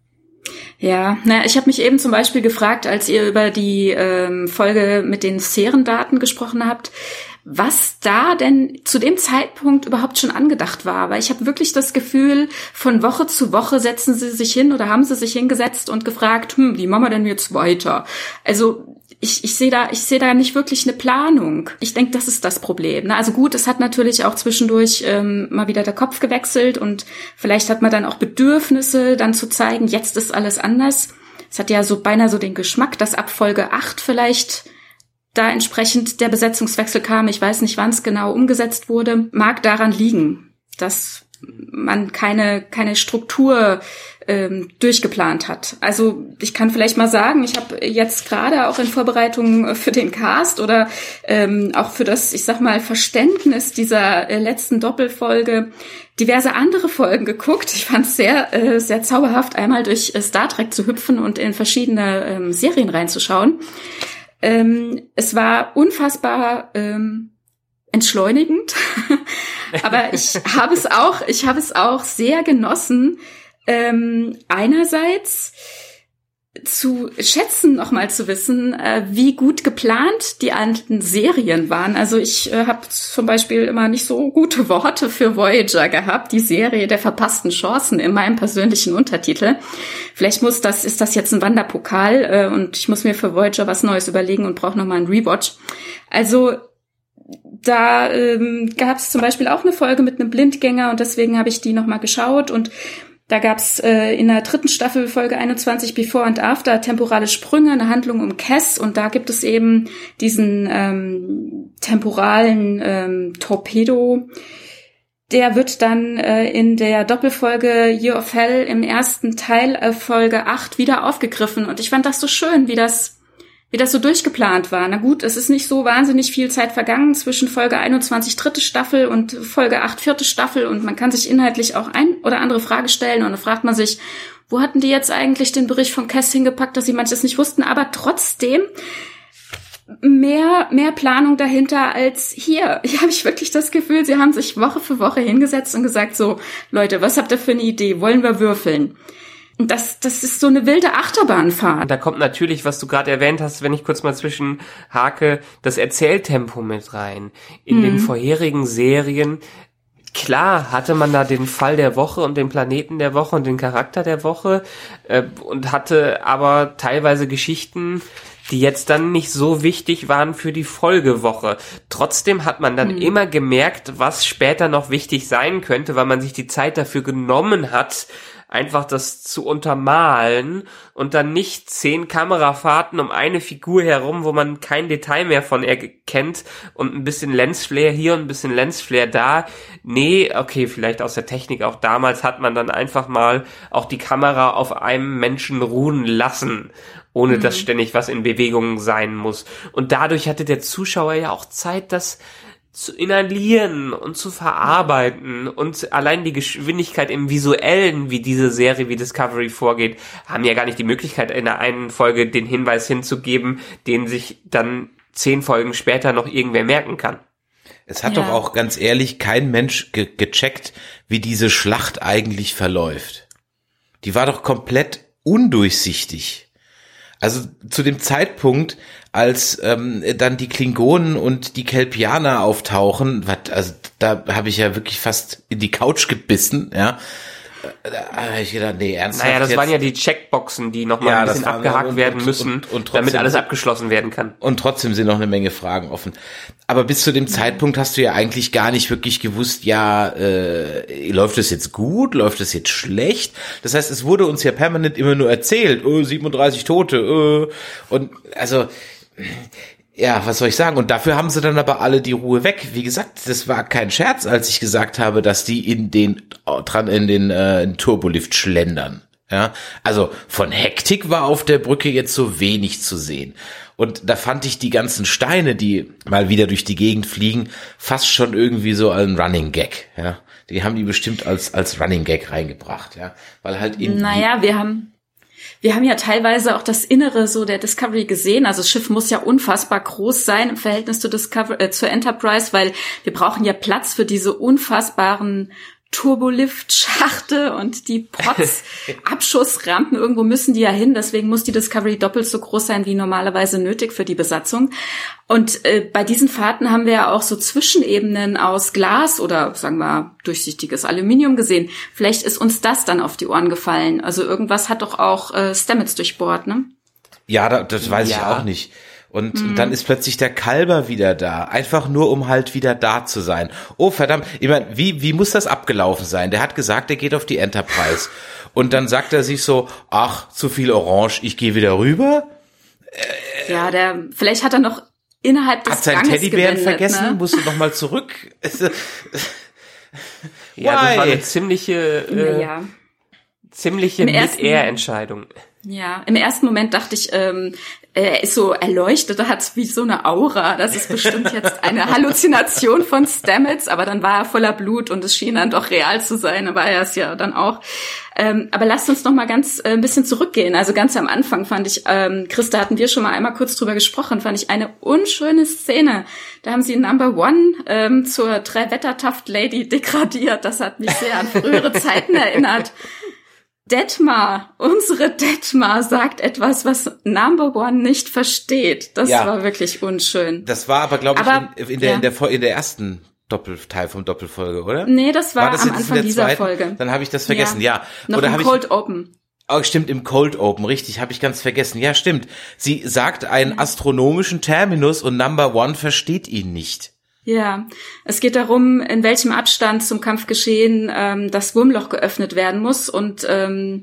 Ja, na, ich habe mich eben zum Beispiel gefragt, als ihr über die ähm, Folge mit den Sphärendaten gesprochen habt, was da denn zu dem Zeitpunkt überhaupt schon angedacht war. Weil ich habe wirklich das Gefühl, von Woche zu Woche setzen sie sich hin oder haben sie sich hingesetzt und gefragt, hm, wie machen wir denn jetzt weiter? Also ich, ich sehe da, ich sehe da nicht wirklich eine Planung. Ich denke, das ist das Problem. Also gut, es hat natürlich auch zwischendurch ähm, mal wieder der Kopf gewechselt und vielleicht hat man dann auch Bedürfnisse, dann zu zeigen, jetzt ist alles anders. Es hat ja so beinahe so den Geschmack, dass ab Folge acht vielleicht da entsprechend der Besetzungswechsel kam. Ich weiß nicht, wann es genau umgesetzt wurde. Mag daran liegen, dass man keine keine Struktur ähm, durchgeplant hat. Also ich kann vielleicht mal sagen, ich habe jetzt gerade auch in Vorbereitung für den Cast oder ähm, auch für das, ich sag mal, Verständnis dieser äh, letzten Doppelfolge diverse andere Folgen geguckt. Ich fand es sehr äh, sehr zauberhaft, einmal durch äh, Star Trek zu hüpfen und in verschiedene ähm, Serien reinzuschauen. Ähm, es war unfassbar ähm, entschleunigend, aber ich habe es auch, ich habe es auch sehr genossen, ähm, einerseits zu schätzen, nochmal zu wissen, äh, wie gut geplant die alten Serien waren. Also ich äh, habe zum Beispiel immer nicht so gute Worte für Voyager gehabt, die Serie der verpassten Chancen in meinem persönlichen Untertitel. Vielleicht muss das, ist das jetzt ein Wanderpokal äh, und ich muss mir für Voyager was Neues überlegen und brauche nochmal einen Rewatch. Also da ähm, gab es zum Beispiel auch eine Folge mit einem Blindgänger und deswegen habe ich die nochmal geschaut und da gab's äh, in der dritten Staffel Folge einundzwanzig Before and After temporale Sprünge, eine Handlung um Cass und da gibt es eben diesen ähm, temporalen ähm, Torpedo. Der wird dann äh, in der Doppelfolge Year of Hell im ersten Teil äh, Folge acht wieder aufgegriffen und ich fand das so schön, wie das wie das so durchgeplant war. Na gut, es ist nicht so wahnsinnig viel Zeit vergangen zwischen Folge einundzwanzig dritte Staffel und Folge acht vierte Staffel und man kann sich inhaltlich auch ein oder andere Frage stellen und dann fragt man sich, wo hatten die jetzt eigentlich den Bericht von Cass hingepackt, dass sie manches nicht wussten, aber trotzdem mehr mehr Planung dahinter als hier. Hier habe ich wirklich das Gefühl, sie haben sich Woche für Woche hingesetzt und gesagt, so, Leute, was habt ihr für eine Idee? Wollen wir würfeln? Und das, das ist so eine wilde Achterbahnfahrt. Da kommt natürlich, was du gerade erwähnt hast, wenn ich kurz mal zwischen hake, das Erzähltempo mit rein. In mhm. den vorherigen Serien klar hatte man da den Fall der Woche und den Planeten der Woche und den Charakter der Woche äh, und hatte aber teilweise Geschichten, die jetzt dann nicht so wichtig waren für die Folgewoche. Trotzdem hat man dann mhm. immer gemerkt, was später noch wichtig sein könnte, weil man sich die Zeit dafür genommen hat, einfach das zu untermalen und dann nicht zehn Kamerafahrten um eine Figur herum, wo man kein Detail mehr von erkennt und ein bisschen Lensflare hier und ein bisschen Lensflare da. Nee, okay, vielleicht aus der Technik auch damals hat man dann einfach mal auch die Kamera auf einem Menschen ruhen lassen, ohne mhm. dass ständig was in Bewegung sein muss. Und dadurch hatte der Zuschauer ja auch Zeit, das zu inhalieren und zu verarbeiten, und allein die Geschwindigkeit im Visuellen, wie diese Serie wie Discovery vorgeht, haben ja gar nicht die Möglichkeit, in der einen Folge den Hinweis hinzugeben, den sich dann zehn Folgen später noch irgendwer merken kann. Es hat ja. doch auch ganz ehrlich kein Mensch ge- gecheckt, wie diese Schlacht eigentlich verläuft. Die war doch komplett undurchsichtig. Also zu dem Zeitpunkt, als ähm, dann die Klingonen und die Kelpianer auftauchen, wat, also da habe ich ja wirklich fast in die Couch gebissen, ja. Da habe ich gedacht, nee, ernsthaft. Naja, das jetzt? waren ja die Checkboxen, die nochmal ja, ein bisschen abgehakt und, werden müssen, und, und, und trotzdem, damit alles abgeschlossen werden kann. Und trotzdem sind noch eine Menge Fragen offen. Aber bis zu dem mhm. Zeitpunkt hast du ja eigentlich gar nicht wirklich gewusst, ja, äh, läuft es jetzt gut, läuft es jetzt schlecht? Das heißt, es wurde uns ja permanent immer nur erzählt, oh, siebenunddreißig Tote, äh, und also... Ja, was soll ich sagen? Und dafür haben sie dann aber alle die Ruhe weg. Wie gesagt, das war kein Scherz, als ich gesagt habe, dass die in den dran in den äh, in Turbolift schlendern. Ja, also von Hektik war auf der Brücke jetzt so wenig zu sehen. Und da fand ich die ganzen Steine, die mal wieder durch die Gegend fliegen, fast schon irgendwie so ein Running Gag. Ja, die haben die bestimmt als als Running Gag reingebracht. Ja, weil halt in naja, wir haben Wir haben ja teilweise auch das Innere so der Discovery gesehen. Also das Schiff muss ja unfassbar groß sein im Verhältnis zu Discovery, äh, zur Enterprise, weil wir brauchen ja Platz für diese unfassbaren Turbolift-Schachte und die Protz-Abschussrampen. Irgendwo müssen die ja hin. Deswegen muss die Discovery doppelt so groß sein wie normalerweise nötig für die Besatzung. Und äh, bei diesen Fahrten haben wir ja auch so Zwischenebenen aus Glas oder sagen wir durchsichtiges Aluminium gesehen. Vielleicht ist uns das dann auf die Ohren gefallen. Also irgendwas hat doch auch äh, Stamets durchbohrt, ne? Ja, das, das weiß ja. ich auch nicht. Und mhm. dann ist plötzlich der Kalber wieder da, einfach nur, um halt wieder da zu sein. Oh, verdammt, ich meine, wie, wie muss das abgelaufen sein? Der hat gesagt, er geht auf die Enterprise. Und dann sagt er sich so, ach, zu viel Orange, ich gehe wieder rüber. Äh, ja, der, vielleicht hat er noch innerhalb des Ganges Ganges Hat sein Teddybären gewendet, vergessen? Ne? Musst du noch mal zurück? Ja, das war eine ziemliche, äh, ja. ziemliche Mid-Air-Entscheidung. Ja, im ersten Moment dachte ich, ähm, er ist so erleuchtet, er hat wie so eine Aura. Das ist bestimmt jetzt eine Halluzination von Stamets, aber dann war er voller Blut und es schien dann doch real zu sein, aber er ist ja dann auch. Ähm, aber lasst uns noch mal ganz äh, ein bisschen zurückgehen. Also ganz am Anfang fand ich, ähm, Christa, hatten wir schon mal einmal kurz drüber gesprochen, fand ich eine unschöne Szene. Da haben sie Number One ähm, zur Drei-Wetter-Taft-Lady degradiert. Das hat mich sehr an frühere Zeiten erinnert. Detmar, unsere Detmar sagt etwas, was Number One nicht versteht. Das ja, war wirklich unschön. Das war aber, glaube ich, aber, in, in, der, ja. in, der, in der ersten Doppelteil vom Doppelfolge, oder? Nee, das war, war das am Anfang dieser zweiten? Folge. Dann habe ich das vergessen, ja. ja. Noch oder im Cold ich, Open. Oh, stimmt, im Cold Open, richtig, habe ich ganz vergessen. Ja, stimmt. Sie sagt einen astronomischen Terminus und Number One versteht ihn nicht. Ja, es geht darum, in welchem Abstand zum Kampfgeschehen ähm, das Wurmloch geöffnet werden muss, und ähm,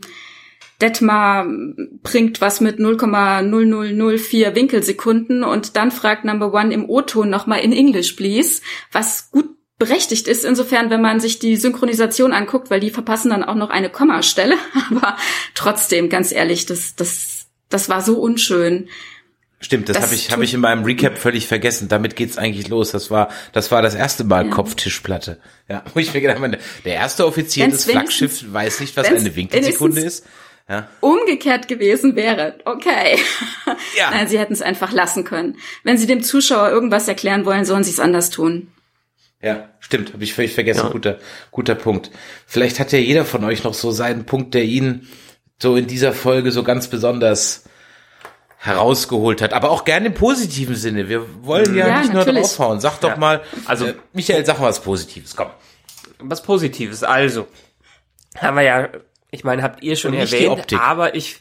Detmar bringt was mit null Komma null null null vier Winkelsekunden, und dann fragt Number One im O-Ton nochmal in English, please, was gut berechtigt ist, insofern, wenn man sich die Synchronisation anguckt, weil die verpassen dann auch noch eine Kommastelle, aber trotzdem, ganz ehrlich, das das das war so unschön. Stimmt, das, das habe ich habe ich in meinem Recap völlig vergessen. Damit geht's eigentlich los. Das war das war das erste Mal ja. Kopftischplatte. Ja, wo ich mir gedacht habe, der erste Offizier wenn's des Flaggschiffs weiß nicht, was eine Winkelsekunde ist. Ja. Umgekehrt gewesen wäre, okay. Ja. Nein, sie hätten es einfach lassen können. Wenn sie dem Zuschauer irgendwas erklären wollen, sollen sie es anders tun. Ja, stimmt, habe ich völlig vergessen. Ja. Guter guter Punkt. Vielleicht hat ja jeder von euch noch so seinen Punkt, der ihn so in dieser Folge so ganz besonders herausgeholt hat, aber auch gerne im positiven Sinne. Wir wollen ja, ja nicht natürlich. nur draufhauen. Sag doch ja. mal, also äh, Michael, sag mal was Positives, komm. was Positives. Also, haben wir ja, ich meine, habt ihr schon erwähnt, aber ich...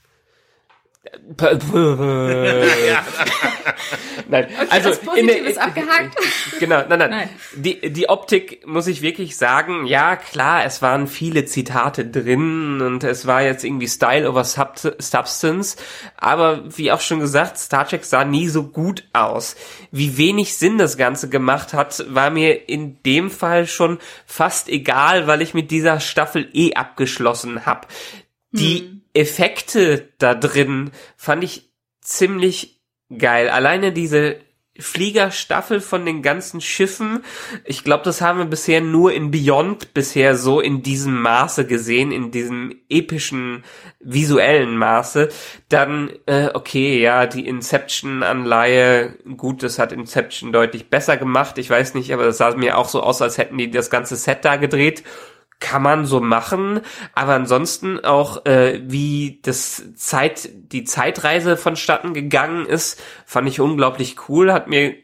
Nein, okay, also das Positive ist abgehakt. Genau, nein, nein. nein. Die, die Optik, muss ich wirklich sagen, ja klar, es waren viele Zitate drin und es war jetzt irgendwie Style over Sub- Substance, aber wie auch schon gesagt, Star Trek sah nie so gut aus. Wie wenig Sinn das Ganze gemacht hat, war mir in dem Fall schon fast egal, weil ich mit dieser Staffel eh abgeschlossen habe. Die hm. Effekte da drin fand ich ziemlich geil. Alleine diese Fliegerstaffel von den ganzen Schiffen, ich glaube, das haben wir bisher nur in Beyond bisher so in diesem Maße gesehen, in diesem epischen visuellen Maße. Dann, äh, okay, ja, die Inception-Anleihe, gut, das hat Inception deutlich besser gemacht. Ich weiß nicht, aber das sah mir auch so aus, als hätten die das ganze Set da gedreht. Kann man so machen, aber ansonsten auch, äh, wie das Zeit, die Zeitreise vonstatten gegangen ist, fand ich unglaublich cool, hat mir,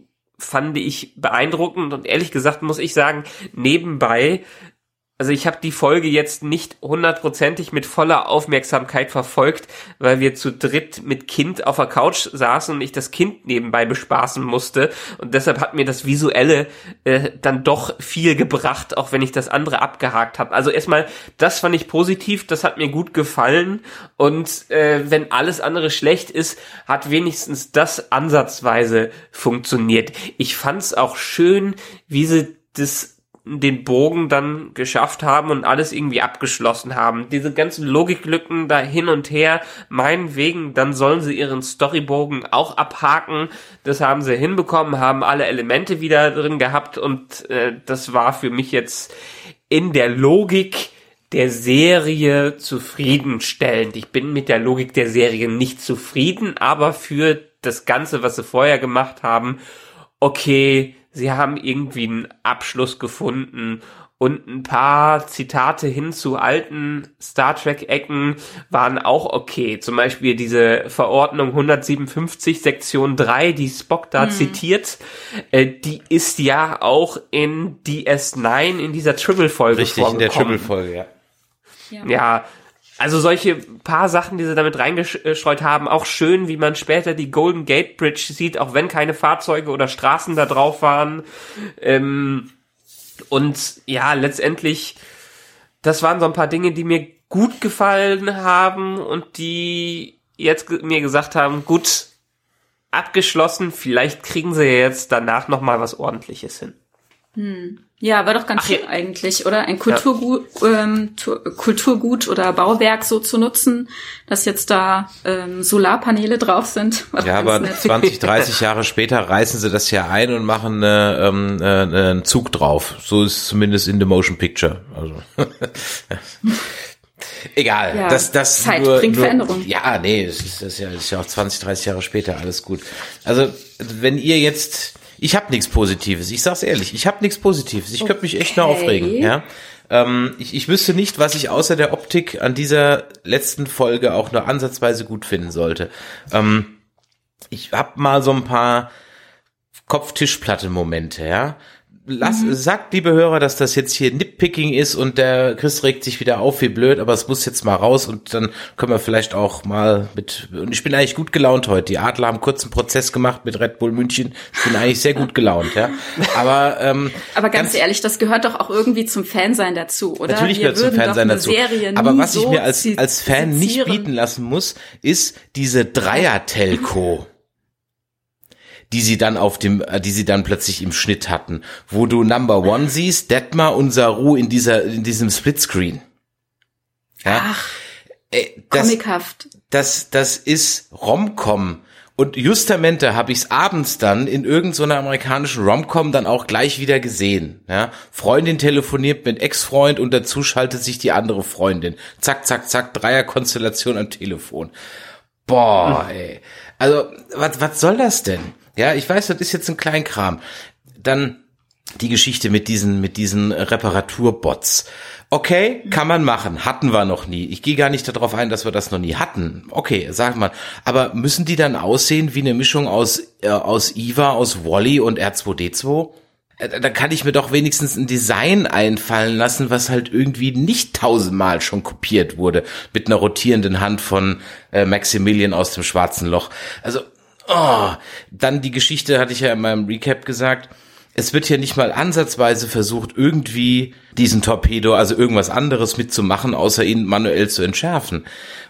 fand ich beeindruckend und ehrlich gesagt muss ich sagen, nebenbei, also ich habe die Folge jetzt nicht hundertprozentig mit voller Aufmerksamkeit verfolgt, weil wir zu dritt mit Kind auf der Couch saßen und ich das Kind nebenbei bespaßen musste und deshalb hat mir das Visuelle äh, dann doch viel gebracht, auch wenn ich das andere abgehakt habe. Also erstmal, das fand ich positiv, das hat mir gut gefallen und äh, wenn alles andere schlecht ist, hat wenigstens das ansatzweise funktioniert. Ich fand's auch schön, wie sie das den Bogen dann geschafft haben und alles irgendwie abgeschlossen haben. Diese ganzen Logiklücken da hin und her, meinetwegen, dann sollen sie ihren Storybogen auch abhaken. Das haben sie hinbekommen, haben alle Elemente wieder drin gehabt und äh, das war für mich jetzt in der Logik der Serie zufriedenstellend. Ich bin mit der Logik der Serie nicht zufrieden, aber für das Ganze, was sie vorher gemacht haben, okay, sie haben irgendwie einen Abschluss gefunden und ein paar Zitate hin zu alten Star Trek-Ecken waren auch okay. Zum Beispiel diese Verordnung hundertsiebenundfünfzig Sektion drei, die Spock da mhm. zitiert, äh, die ist ja auch in D S neun in dieser Tribble-Folge Richtig, vorgekommen. In der Tribble-Folge, ja. Ja, ja. Also solche paar Sachen, die sie damit reingestreut haben, auch schön, wie man später die Golden Gate Bridge sieht, auch wenn keine Fahrzeuge oder Straßen da drauf waren. Ähm, und ja, letztendlich, das waren so ein paar Dinge, die mir gut gefallen haben und die jetzt mir gesagt haben, gut, abgeschlossen, vielleicht kriegen sie jetzt danach nochmal was Ordentliches hin. Hm. Ja, war doch ganz Ach, schön ja. eigentlich, oder? Ein Kulturgut, ja. ähm, Kulturgut oder Bauwerk so zu nutzen, dass jetzt da ähm, Solarpaneele drauf sind. Ja, aber nett. zwanzig, dreißig Jahre später reißen sie das ja ein und machen eine, ähm, äh, einen Zug drauf. So ist es zumindest in the Motion Picture. Also egal, ja, das das Zeit nur, bringt nur, Veränderung. Ja, nee, das ist, das ist ja, das ist ja auch zwanzig, dreißig Jahre später, alles gut. Also, wenn ihr jetzt, ich habe nichts Positives, ich sag's ehrlich, ich habe nichts Positives, ich okay. könnte mich echt nur aufregen, ja. Ähm, ich, ich wüsste nicht, was ich außer der Optik an dieser letzten Folge auch nur ansatzweise gut finden sollte. Ähm, ich hab mal so ein paar Kopftischplatte-Momente, ja. Lass, mhm. sagt, liebe Hörer, dass das jetzt hier Nitpicking ist und der Chris regt sich wieder auf wie blöd, aber es muss jetzt mal raus und dann können wir vielleicht auch mal mit, und ich bin eigentlich gut gelaunt heute. Die Adler haben kurz einen Prozess gemacht mit Red Bull München. Ich bin eigentlich sehr gut gelaunt, ja. Aber, ähm, aber ganz, ganz ehrlich, das gehört doch auch irgendwie zum Fansein dazu, oder? Natürlich gehört zum Fansein dazu. Aber was ich mir als, als Fan nicht bieten lassen muss, ist diese Dreier-Telco, die sie dann auf dem, die sie dann plötzlich im Schnitt hatten, wo du Number One siehst, Detmar und Saru in dieser, in diesem Splitscreen. Ja? Ach, äh, das, comichaft. Das, das ist Rom-Com. Und justamente habe ich es abends dann in irgendeiner amerikanischen Rom-Com dann auch gleich wieder gesehen. Ja? Freundin telefoniert mit Ex-Freund und dazu schaltet sich die andere Freundin. Zack, zack, zack, Dreierkonstellation am Telefon. Boah, ey. Also, was, was soll das denn? Ja, ich weiß, das ist jetzt ein Kleinkram. Dann die Geschichte mit diesen, mit diesen Reparaturbots. Okay, kann man machen. Hatten wir noch nie. Ich gehe gar nicht darauf ein, dass wir das noch nie hatten. Okay, sag mal. Aber müssen die dann aussehen wie eine Mischung aus, äh, aus Eva, aus Wall-E und R zwei D zwei? Da kann ich mir doch wenigstens ein Design einfallen lassen, was halt irgendwie nicht tausendmal schon kopiert wurde mit einer rotierenden Hand von äh, Maximilian aus dem Schwarzen Loch. Also, oh, dann die Geschichte hatte ich ja in meinem Recap gesagt. Es wird hier nicht mal ansatzweise versucht, irgendwie diesen Torpedo, also irgendwas anderes mitzumachen, außer ihn manuell zu entschärfen.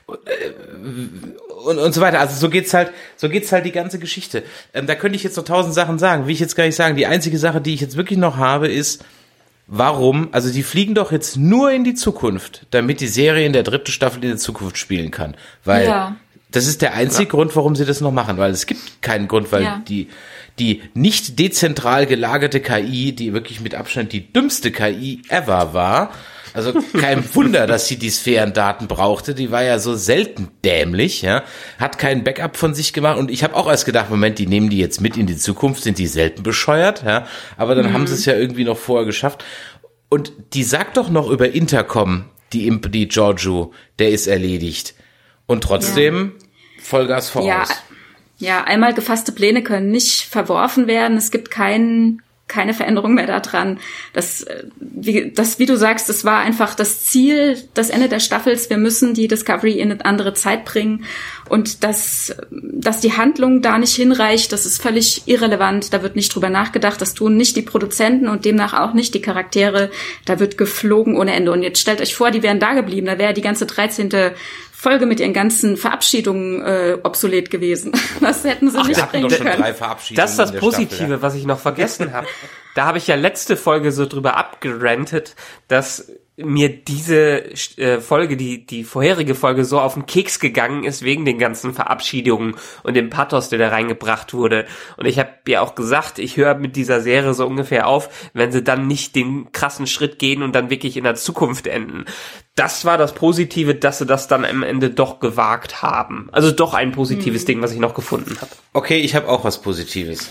Und, und so weiter. Also so geht's halt, so geht's halt die ganze Geschichte. Ähm, da könnte ich jetzt noch tausend Sachen sagen, will ich jetzt gar nicht sagen. Die einzige Sache, die ich jetzt wirklich noch habe, ist, warum, also die fliegen doch jetzt nur in die Zukunft, damit die Serie in der dritten Staffel in der Zukunft spielen kann. Weil ja. das ist der einzige ja. Grund, warum sie das noch machen, weil es gibt keinen Grund, weil ja. die die nicht dezentral gelagerte K I, die wirklich mit Abstand die dümmste K I ever war, also kein Wunder, dass sie die Sphärendaten brauchte, die war ja so selten dämlich, ja, hat kein Backup von sich gemacht und ich habe auch erst gedacht, Moment, die nehmen die jetzt mit in die Zukunft, sind die selten bescheuert, ja, aber dann mhm. haben sie es ja irgendwie noch vorher geschafft und die sagt doch noch über Intercom, die, die Georgiou, der ist erledigt und trotzdem ja. Vollgas voraus. Ja. Ja, einmal gefasste Pläne können nicht verworfen werden. Es gibt kein, keine Veränderung mehr daran. Das, wie, das, wie du sagst, das war einfach das Ziel, das Ende der Staffels. Wir müssen die Discovery in eine andere Zeit bringen. Und dass, dass die Handlung da nicht hinreicht, das ist völlig irrelevant. Da wird nicht drüber nachgedacht. Das tun nicht die Produzenten und demnach auch nicht die Charaktere. Da wird geflogen ohne Ende. Und jetzt stellt euch vor, die wären da geblieben. Da wäre die ganze dreizehnte Folge mit ihren ganzen Verabschiedungen äh, obsolet gewesen. Das hätten sie Ach, nicht bringen können. Das ist das Positive, Staffel, ja. was ich noch vergessen habe. Da habe ich ja letzte Folge so drüber abgerantet, dass mir diese äh, Folge, die die vorherige Folge so auf den Keks gegangen ist wegen den ganzen Verabschiedungen und dem Pathos, der da reingebracht wurde. Und ich habe ja auch gesagt, ich höre mit dieser Serie so ungefähr auf, wenn sie dann nicht den krassen Schritt gehen und dann wirklich in der Zukunft enden. Das war das Positive, dass sie das dann am Ende doch gewagt haben. Also doch ein positives hm. Ding, was ich noch gefunden habe. Okay, ich habe auch was Positives.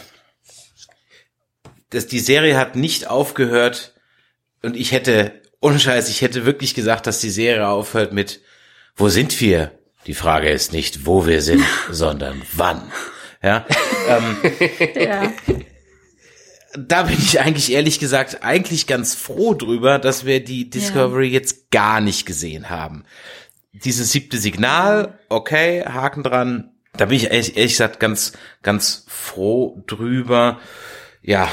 Das, die Serie hat nicht aufgehört und ich hätte Ohne Scheiß, ich hätte wirklich gesagt, dass die Serie aufhört mit wo sind wir? Die Frage ist nicht, wo wir sind, sondern wann. Ja, ähm, ja. Da bin ich eigentlich ehrlich gesagt eigentlich ganz froh drüber, dass wir die Discovery ja. jetzt gar nicht gesehen haben. Dieses siebte Signal, okay, Haken dran. Da bin ich ehrlich, ehrlich gesagt ganz, ganz froh drüber. Ja.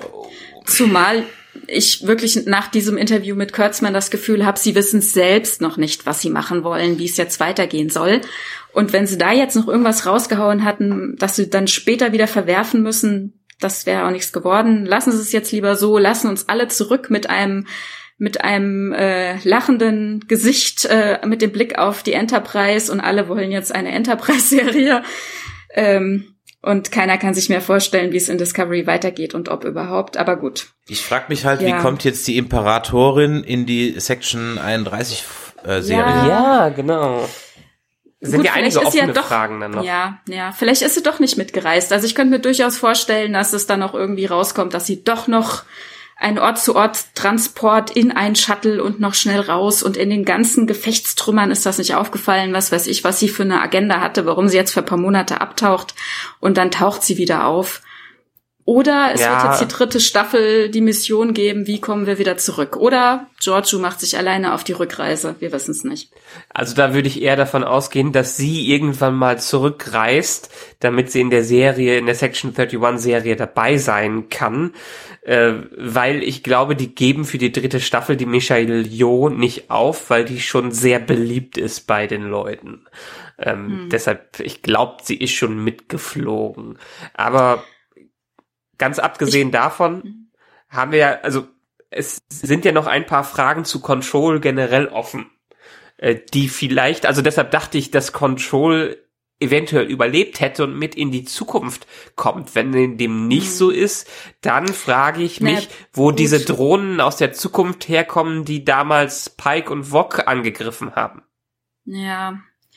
Zumal ich wirklich nach diesem Interview mit Kurtzman das Gefühl habe, sie wissen selbst noch nicht, was sie machen wollen, wie es jetzt weitergehen soll. Und wenn sie da jetzt noch irgendwas rausgehauen hatten, dass sie dann später wieder verwerfen müssen, das wäre auch nichts geworden. Lassen Sie es jetzt lieber so, lassen uns alle zurück mit einem mit einem äh, lachenden Gesicht, äh, mit dem Blick auf die Enterprise und alle wollen jetzt eine Enterprise-Serie. Ähm, Und keiner kann sich mehr vorstellen, wie es in Discovery weitergeht und ob überhaupt. Aber gut. Ich frage mich halt, ja. wie kommt jetzt die Imperatorin in die Section einunddreißig äh, Serie? Ja, ja genau. Es sind ja einige offene ja doch, Fragen dann noch. Ja, ja. Vielleicht ist sie doch nicht mitgereist. Also ich könnte mir durchaus vorstellen, dass es dann auch irgendwie rauskommt, dass sie doch noch ein Ort-zu-Ort-Transport in ein Shuttle und noch schnell raus. Und in den ganzen Gefechtstrümmern ist das nicht aufgefallen, was weiß ich, was sie für eine Agenda hatte, warum sie jetzt für ein paar Monate abtaucht und dann taucht sie wieder auf. Oder es ja. wird jetzt die dritte Staffel die Mission geben, wie kommen wir wieder zurück. Oder Georgiou macht sich alleine auf die Rückreise, wir wissen es nicht. Also da würde ich eher davon ausgehen, dass sie irgendwann mal zurückreist, damit sie in der Serie, in der Section einunddreißig Serie dabei sein kann. Äh, weil ich glaube, die geben für die dritte Staffel die Michelle Yeoh nicht auf, weil die schon sehr beliebt ist bei den Leuten. Ähm, hm. Deshalb, ich glaube, sie ist schon mitgeflogen. Aber ganz abgesehen ich, davon haben wir ja, also es sind ja noch ein paar Fragen zu Control generell offen, äh, die vielleicht, also deshalb dachte ich, dass Control eventuell überlebt hätte und mit in die Zukunft kommt. Wenn dem nicht so ist, dann frage ich mich, Na, wo gut. diese Drohnen aus der Zukunft herkommen, die damals Pike und Vok angegriffen haben. Ja,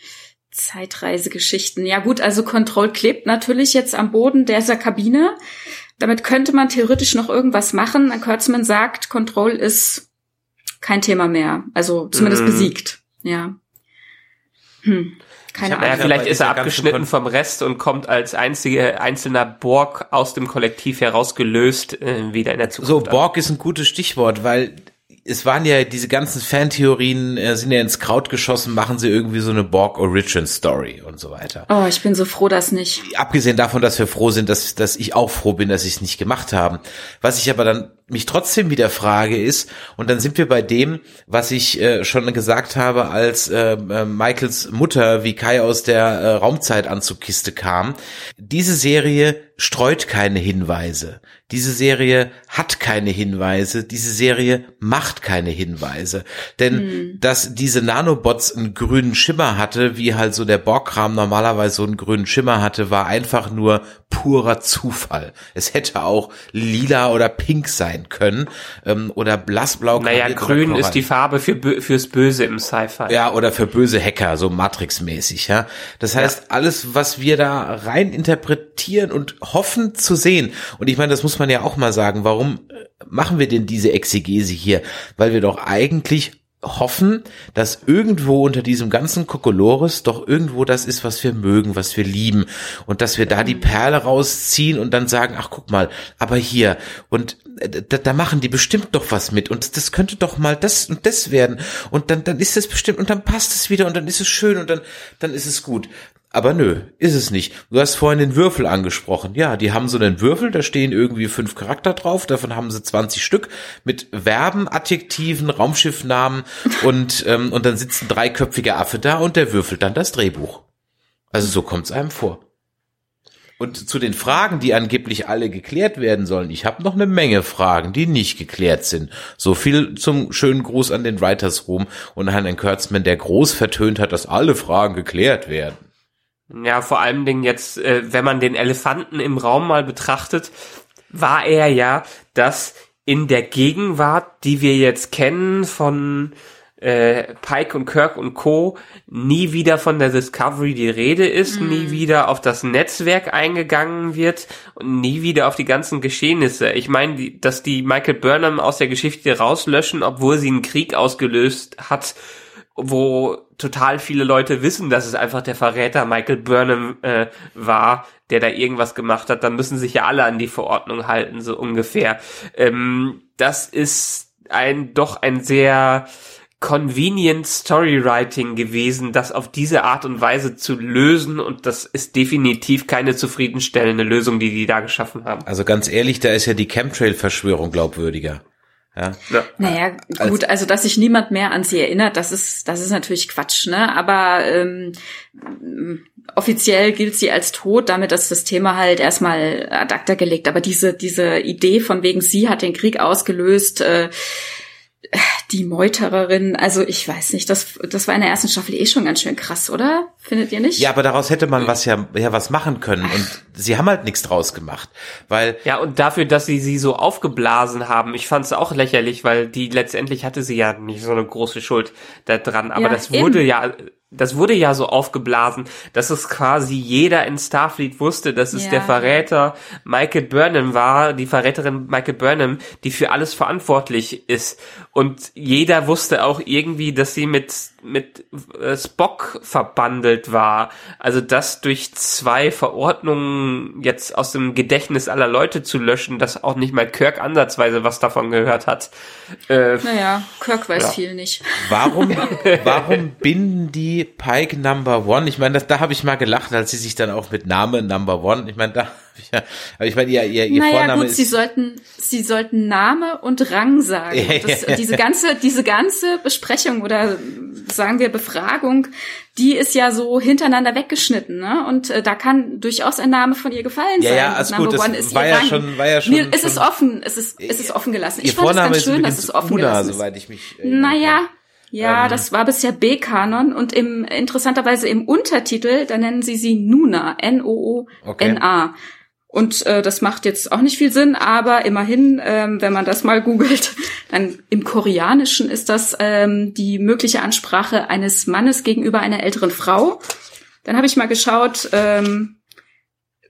Zeitreisegeschichten. Ja gut, also Control klebt natürlich jetzt am Boden dieser Kabine. Damit könnte man theoretisch noch irgendwas machen. Kurtzman sagt, Control ist kein Thema mehr. Also zumindest mm. besiegt. Ja. Hm. Keine Naja, Ahnung. vielleicht ist er ganzen abgeschnitten Kon- vom Rest und kommt als einziger einzelner Borg aus dem Kollektiv herausgelöst äh, wieder in der Zukunft. So, an. Borg ist ein gutes Stichwort, weil es waren ja diese ganzen Fantheorien, äh, sind ja ins Kraut geschossen, machen sie irgendwie so eine Borg-Origin-Story und so weiter. Oh, ich bin so froh, dass nicht. Abgesehen davon, dass wir froh sind, dass, dass ich auch froh bin, dass sie es nicht gemacht haben. Was ich aber dann mich trotzdem wieder frage ist, und dann sind wir bei dem, was ich äh, schon gesagt habe, als äh, äh, Michaels Mutter wie Kai aus der äh, Raumzeitanzugkiste kam. Diese Serie streut keine Hinweise. Diese Serie hat keine Hinweise. Diese Serie macht keine Hinweise. Denn hm. dass diese Nanobots einen grünen Schimmer hatte, wie halt so der Borg-Kram normalerweise so einen grünen Schimmer hatte, war einfach nur purer Zufall. Es hätte auch lila oder pink sein können ähm, oder blassblau. Naja, grün ist die Farbe für bö- fürs Böse im Sci-Fi. Ja, oder für böse Hacker, so Matrix-mäßig, ja. Das heißt, ja. alles, was wir da rein interpretieren und hoffen zu sehen, und ich meine, das muss man ja auch mal sagen, warum machen wir denn diese Exegese hier? Weil wir doch eigentlich hoffen, dass irgendwo unter diesem ganzen Kokolores doch irgendwo das ist, was wir mögen, was wir lieben, und dass wir da die Perle rausziehen und dann sagen, ach guck mal, aber hier, und da, da machen die bestimmt doch was mit, und das könnte doch mal das und das werden, und dann dann ist es bestimmt, und dann passt es wieder, und dann ist es schön, und dann dann ist es gut. Aber nö, ist es nicht. Du hast vorhin den Würfel angesprochen. Ja, die haben so einen Würfel, da stehen irgendwie fünf Charakter drauf, davon haben sie zwanzig Stück mit Verben, Adjektiven, Raumschiffnamen und ähm, und dann sitzt ein dreiköpfiger Affe da und der würfelt dann das Drehbuch. Also so kommt's einem vor. Und zu den Fragen, die angeblich alle geklärt werden sollen, ich habe noch eine Menge Fragen, die nicht geklärt sind. So viel zum schönen Gruß an den Writers Room und an Herrn Kurtzman, der groß vertönt hat, dass alle Fragen geklärt werden. Ja, vor allen Dingen jetzt, äh, wenn man den Elefanten im Raum mal betrachtet, war er ja, dass in der Gegenwart, die wir jetzt kennen von äh, Pike und Kirk und Co., nie wieder von der Discovery die Rede ist, mhm. nie wieder auf das Netzwerk eingegangen wird und nie wieder auf die ganzen Geschehnisse. Ich meine, die, dass die Michael Burnham aus der Geschichte rauslöschen, obwohl sie einen Krieg ausgelöst hat, wo total viele Leute wissen, dass es einfach der Verräter Michael Burnham äh, war, der da irgendwas gemacht hat, dann müssen sich ja alle an die Verordnung halten, so ungefähr. Ähm, das ist ein doch ein sehr convenient Storywriting gewesen, das auf diese Art und Weise zu lösen, und das ist definitiv keine zufriedenstellende Lösung, die die da geschaffen haben. Also ganz ehrlich, da ist ja die Chemtrail-Verschwörung glaubwürdiger. Ja. Ja. Naja, gut, also dass sich niemand mehr an sie erinnert, das ist das ist natürlich Quatsch, ne? Aber ähm, offiziell gilt sie als tot, damit ist das Thema halt erstmal ad acta gelegt. Aber diese diese Idee von wegen, sie hat den Krieg ausgelöst, äh, die Meutererin, also ich weiß nicht, das das war in der ersten Staffel eh schon ganz schön krass, oder? Findet ihr nicht? Ja, aber daraus hätte man was ja ja was machen können, und sie haben halt nichts draus gemacht, weil ja, und dafür, dass sie sie so aufgeblasen haben, ich fand es auch lächerlich, weil die letztendlich hatte sie ja nicht so eine große Schuld da dran, aber ja, das wurde eben. ja Das wurde ja so aufgeblasen, dass es quasi jeder in Starfleet wusste, dass es ja. der Verräter Michael Burnham war, die Verräterin Michael Burnham, die für alles verantwortlich ist. Und jeder wusste auch irgendwie, dass sie mit mit äh, Spock verbandelt war. Also das durch zwei Verordnungen jetzt aus dem Gedächtnis aller Leute zu löschen, dass auch nicht mal Kirk ansatzweise was davon gehört hat. Äh, naja, Kirk weiß ja. viel nicht. Warum, warum binden die Pike Number One? Ich meine, das, da habe ich mal gelacht, als sie sich dann auch mit Name Number One, ich meine, da ja, aber ich meine, ihr, ihr, ihr naja, Vorname gut, ist... sie sollten, sie sollten Name und Rang sagen. Ja, das, ja, ja. Diese ganze, diese ganze Besprechung oder sagen wir Befragung, die ist ja so hintereinander weggeschnitten, ne? Und äh, da kann durchaus ein Name von ihr gefallen ja, sein. Ja, alles gut, das One ist war ihr ja Rang. schon, war ja schon... Mir, es schon, ist offen, es ist, es ist offen gelassen. Ich ihr fand es Vorname ganz schön, dass ist es offen Una, gelassen ist. soweit ich mich... Äh, naja... Ja, ähm, das war bisher B-Kanon, und im interessanterweise im Untertitel, da nennen sie sie Nuna, N O O N A. Okay. Und äh, das macht jetzt auch nicht viel Sinn, aber immerhin, ähm, wenn man das mal googelt, dann im Koreanischen ist das ähm, die mögliche Ansprache eines Mannes gegenüber einer älteren Frau. Dann habe ich mal geschaut, ähm,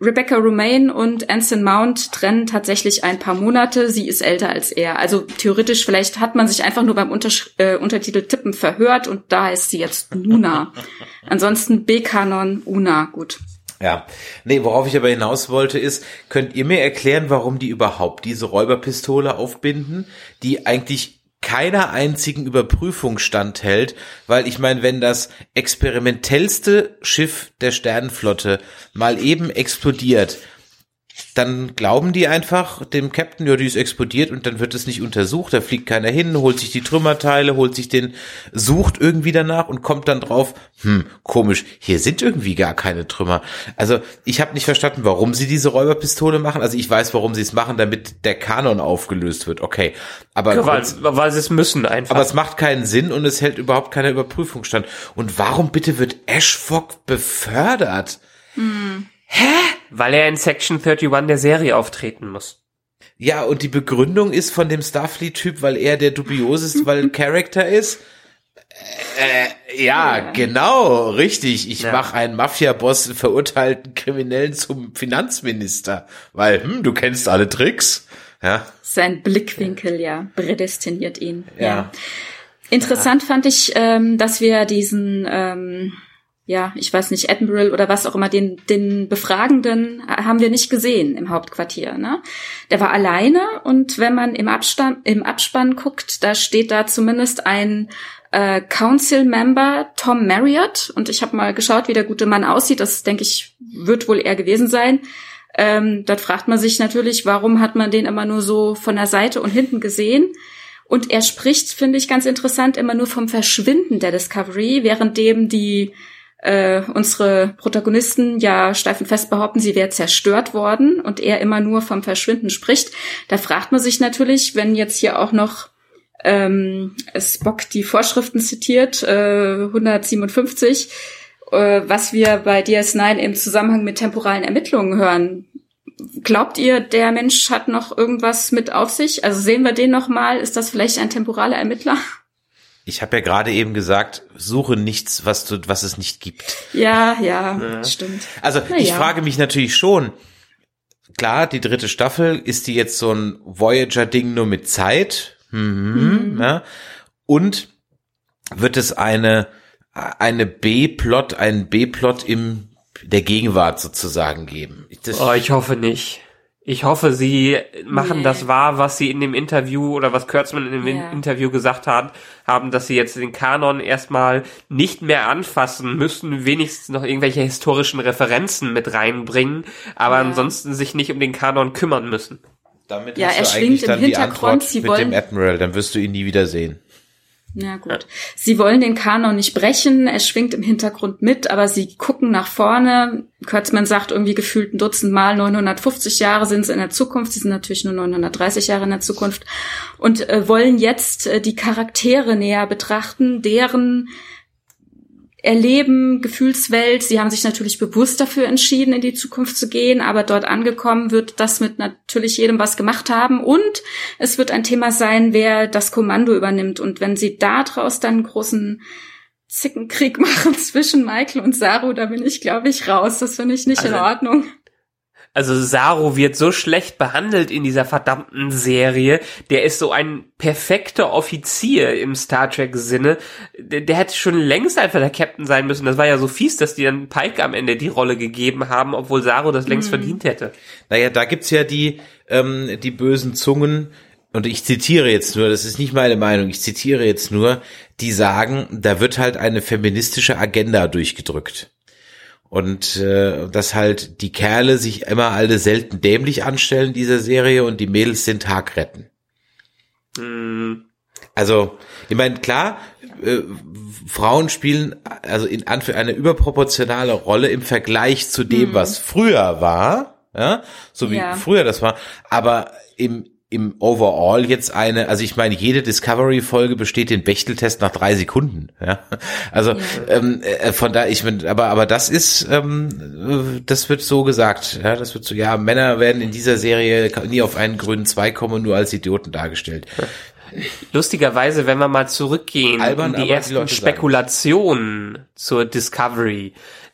Rebecca Romijn und Anson Mount trennen tatsächlich ein paar Monate. Sie ist älter als er. Also theoretisch, vielleicht hat man sich einfach nur beim Untersch- äh, Untertitel tippen verhört und da ist sie jetzt Nuna. Ansonsten B-Kanon, Una, gut. Ja, nee, worauf ich aber hinaus wollte ist, könnt ihr mir erklären, warum die überhaupt diese Räuberpistole aufbinden, die eigentlich keiner einzigen Überprüfung standhält, weil ich meine, wenn das experimentellste Schiff der Sternenflotte mal eben explodiert, dann glauben die einfach dem Captain, ja, die ist explodiert und dann wird es nicht untersucht, da fliegt keiner hin, holt sich die Trümmerteile, holt sich den, sucht irgendwie danach und kommt dann drauf, hm, komisch, hier sind irgendwie gar keine Trümmer. Also ich habe nicht verstanden, warum sie diese Räuberpistole machen, also ich weiß, warum sie es machen, damit der Kanon aufgelöst wird, okay. Aber ja, weil, weil sie es müssen einfach. Aber es macht keinen Sinn und es hält überhaupt keine Überprüfung stand. Und warum bitte wird Ashfog befördert? Hm. Hä? Weil er in Section einunddreißig der Serie auftreten muss. Ja, und die Begründung ist von dem Starfleet-Typ, weil er der dubioseste, weil Charakter ist. Äh, ja, ja, genau, richtig. Ich ja. mache einen Mafia-Boss, verurteilten Kriminellen zum Finanzminister, weil, hm, du kennst alle Tricks. Ja. Sein Blickwinkel, ja, prädestiniert ihn. Ja. ja. Interessant ja. fand ich, ähm, dass wir diesen... Ähm, ja, ich weiß nicht, Admiral oder was auch immer, den den Befragenden haben wir nicht gesehen im Hauptquartier, ne? Der war alleine und wenn man im Abspann, im Abspann guckt, da steht da zumindest ein äh, Council-Member, Tom Marriott, und ich habe mal geschaut, wie der gute Mann aussieht, das denke ich, wird wohl er gewesen sein. Ähm, dort fragt man sich natürlich, warum hat man den immer nur so von der Seite und hinten gesehen? Und er spricht, finde ich ganz interessant, immer nur vom Verschwinden der Discovery, währenddem die Äh, unsere Protagonisten ja steif und fest behaupten, sie wäre zerstört worden und er immer nur vom Verschwinden spricht. Da fragt man sich natürlich, wenn jetzt hier auch noch ähm, Spock die Vorschriften zitiert, äh, hundertsiebenundfünfzig, äh, was wir bei D S neun im Zusammenhang mit temporalen Ermittlungen hören. Glaubt ihr, der Mensch hat noch irgendwas mit auf sich? Also sehen wir den noch mal? Ist das vielleicht ein temporaler Ermittler? Ich habe ja gerade eben gesagt, suche nichts, was du, was es nicht gibt. Ja, ja, ja. Stimmt. Also Na ich ja. frage mich natürlich schon, klar, die dritte Staffel, ist die jetzt so ein Voyager-Ding nur mit Zeit? Mhm, mhm. Ja. Und wird es eine, eine B-Plot, einen B-Plot im der Gegenwart sozusagen geben? Das oh, ich hoffe nicht. Ich hoffe, sie machen nee. das wahr, was sie in dem Interview oder was Kurtzman in dem ja. Interview gesagt hat, haben, dass sie jetzt den Kanon erstmal nicht mehr anfassen müssen, wenigstens noch irgendwelche historischen Referenzen mit reinbringen, aber ja. ansonsten sich nicht um den Kanon kümmern müssen. Damit ja, hast er du schwingt eigentlich im dann Hintergrund, die Antwort sie mit wollen dem Admiral, dann wirst du ihn nie wieder sehen. Na gut. Sie wollen den Kanon nicht brechen, er schwingt im Hintergrund mit, aber sie gucken nach vorne. Kurtzman sagt irgendwie gefühlt ein Dutzend Mal, neunhundertfünfzig Jahre sind es in der Zukunft, sie sind natürlich nur neunhundertdreißig Jahre in der Zukunft und äh, wollen jetzt äh, die Charaktere näher betrachten, deren Erleben, Gefühlswelt. Sie haben sich natürlich bewusst dafür entschieden, in die Zukunft zu gehen, aber dort angekommen wird das mit natürlich jedem was gemacht haben und es wird ein Thema sein, wer das Kommando übernimmt. Und wenn sie daraus dann einen großen Zickenkrieg machen zwischen Michael und Saru, da bin ich, glaube ich, raus. Das finde ich nicht also, in Ordnung. Also Saru wird so schlecht behandelt in dieser verdammten Serie. Der ist so ein perfekter Offizier im Star Trek-Sinne. Der, der hätte schon längst einfach der Captain sein müssen. Das war ja so fies, dass die dann Pike am Ende die Rolle gegeben haben, obwohl Saru das längst mhm. verdient hätte. Naja, da gibt's ja die, ähm, die bösen Zungen, und ich zitiere jetzt nur, das ist nicht meine Meinung, ich zitiere jetzt nur, die sagen, da wird halt eine feministische Agenda durchgedrückt. Und äh, dass halt die Kerle sich immer alle selten dämlich anstellen in dieser Serie und die Mädels sind Tagretten. Mm. Also, ich meine, klar, äh, Frauen spielen also in Anführungszeichen eine überproportionale Rolle im Vergleich zu dem, mm. was früher war, ja, so wie ja. früher das war, aber im im Overall jetzt eine, also ich meine, jede Discovery-Folge besteht den Bechteltest nach drei Sekunden. Ja, also ja. Ähm, äh, von da, ich meine, aber aber das ist, ähm, das wird so gesagt. Ja, das wird so. Ja, Männer werden in dieser Serie nie auf einen grünen Zweig kommen, nur als Idioten dargestellt. Lustigerweise, wenn wir mal zurückgehen Albern, in die ersten die Spekulationen zur Discovery.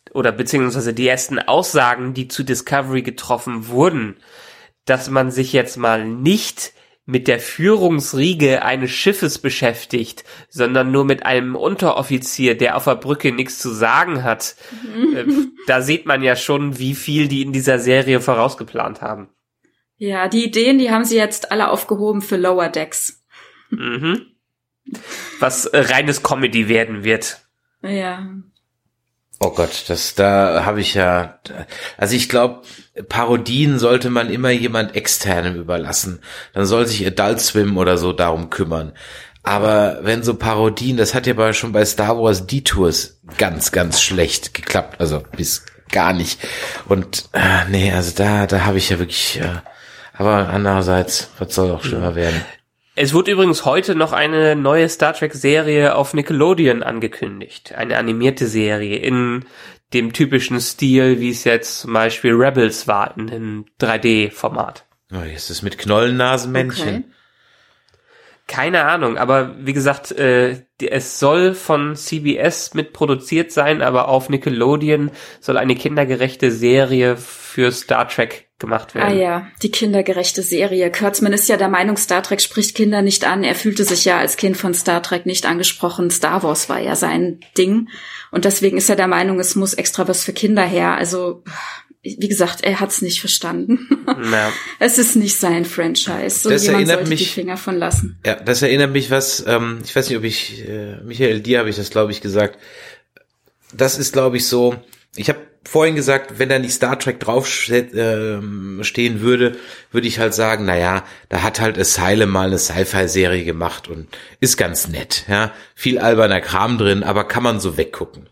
oder beziehungsweise die ersten Aussagen, die zu Discovery getroffen wurden, dass man sich jetzt mal nicht mit der Führungsriege eines Schiffes beschäftigt, sondern nur mit einem Unteroffizier, der auf der Brücke nichts zu sagen hat. Mhm. Da sieht man ja schon, wie viel die in dieser Serie vorausgeplant haben. Ja, die Ideen, die haben sie jetzt alle aufgehoben für Lower Decks. Mhm. Was äh, reines Comedy werden wird. Ja. Oh Gott, das, da habe ich ja, also ich glaube, Parodien sollte man immer jemand Externem überlassen. Dann soll sich Adult Swim oder so darum kümmern. Aber wenn so Parodien, das hat ja aber schon bei Star Wars Detours ganz, ganz schlecht geklappt, also bis gar nicht. Und äh, nee, also da, da habe ich ja wirklich, äh, aber andererseits, was soll auch schlimmer werden? Es wurde übrigens heute noch eine neue Star Trek-Serie auf Nickelodeon angekündigt. Eine animierte Serie in dem typischen Stil, wie es jetzt zum Beispiel Rebels war, in einem drei D-Format. Oh, ist das mit Knollennasenmännchen? Okay. Keine Ahnung, aber wie gesagt, äh, die, es soll von C B S mitproduziert sein, aber auf Nickelodeon soll eine kindergerechte Serie für Star Trek gemacht werden. Ah ja, die kindergerechte Serie. Kurtzman ist ja der Meinung, Star Trek spricht Kinder nicht an. Er fühlte sich ja als Kind von Star Trek nicht angesprochen. Star Wars war ja sein Ding. Und deswegen ist er der Meinung, es muss extra was für Kinder her. Also, wie gesagt, er hat's nicht verstanden. Ja. Es ist nicht sein Franchise. So Das jemand erinnert sollte mich, die Finger von lassen. Ja, das erinnert mich was, ähm, ich weiß nicht, ob ich, äh, Michael, dir habe ich das, glaube ich, gesagt. Das ist, glaube ich, so, ich habe vorhin gesagt, wenn da nicht Star Trek drauf äh, stehen würde, würde ich halt sagen, naja, da hat halt Asylum mal eine Sci-Fi-Serie gemacht und ist ganz nett, ja. Viel alberner Kram drin, aber kann man so weggucken.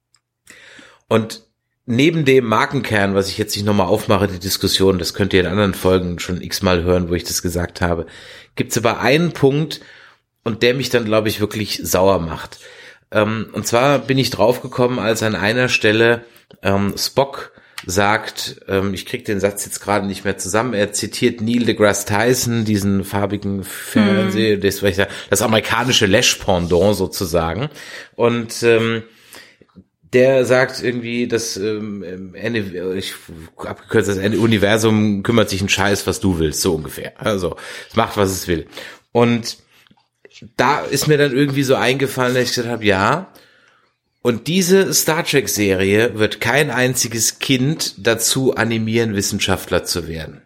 Und neben dem Markenkern, was ich jetzt nicht nochmal aufmache, die Diskussion, das könnt ihr in anderen Folgen schon x-mal hören, wo ich das gesagt habe, gibt's aber einen Punkt, und der mich dann, glaube ich, wirklich sauer macht. Ähm, und zwar bin ich draufgekommen, als an einer Stelle ähm, Spock sagt, ähm, ich krieg den Satz jetzt gerade nicht mehr zusammen, er zitiert Neil deGrasse Tyson, diesen farbigen Fernseh, hm. das, das amerikanische Lash-Pendant sozusagen. Und ähm, der sagt irgendwie, das ähm, Ende, ich abgekürzt, das Ende Universum kümmert sich einen Scheiß, was du willst, so ungefähr. Also es macht, was es will. Und da ist mir dann irgendwie so eingefallen, dass ich gesagt habe, ja, und diese Star Trek-Serie wird kein einziges Kind dazu animieren, Wissenschaftler zu werden.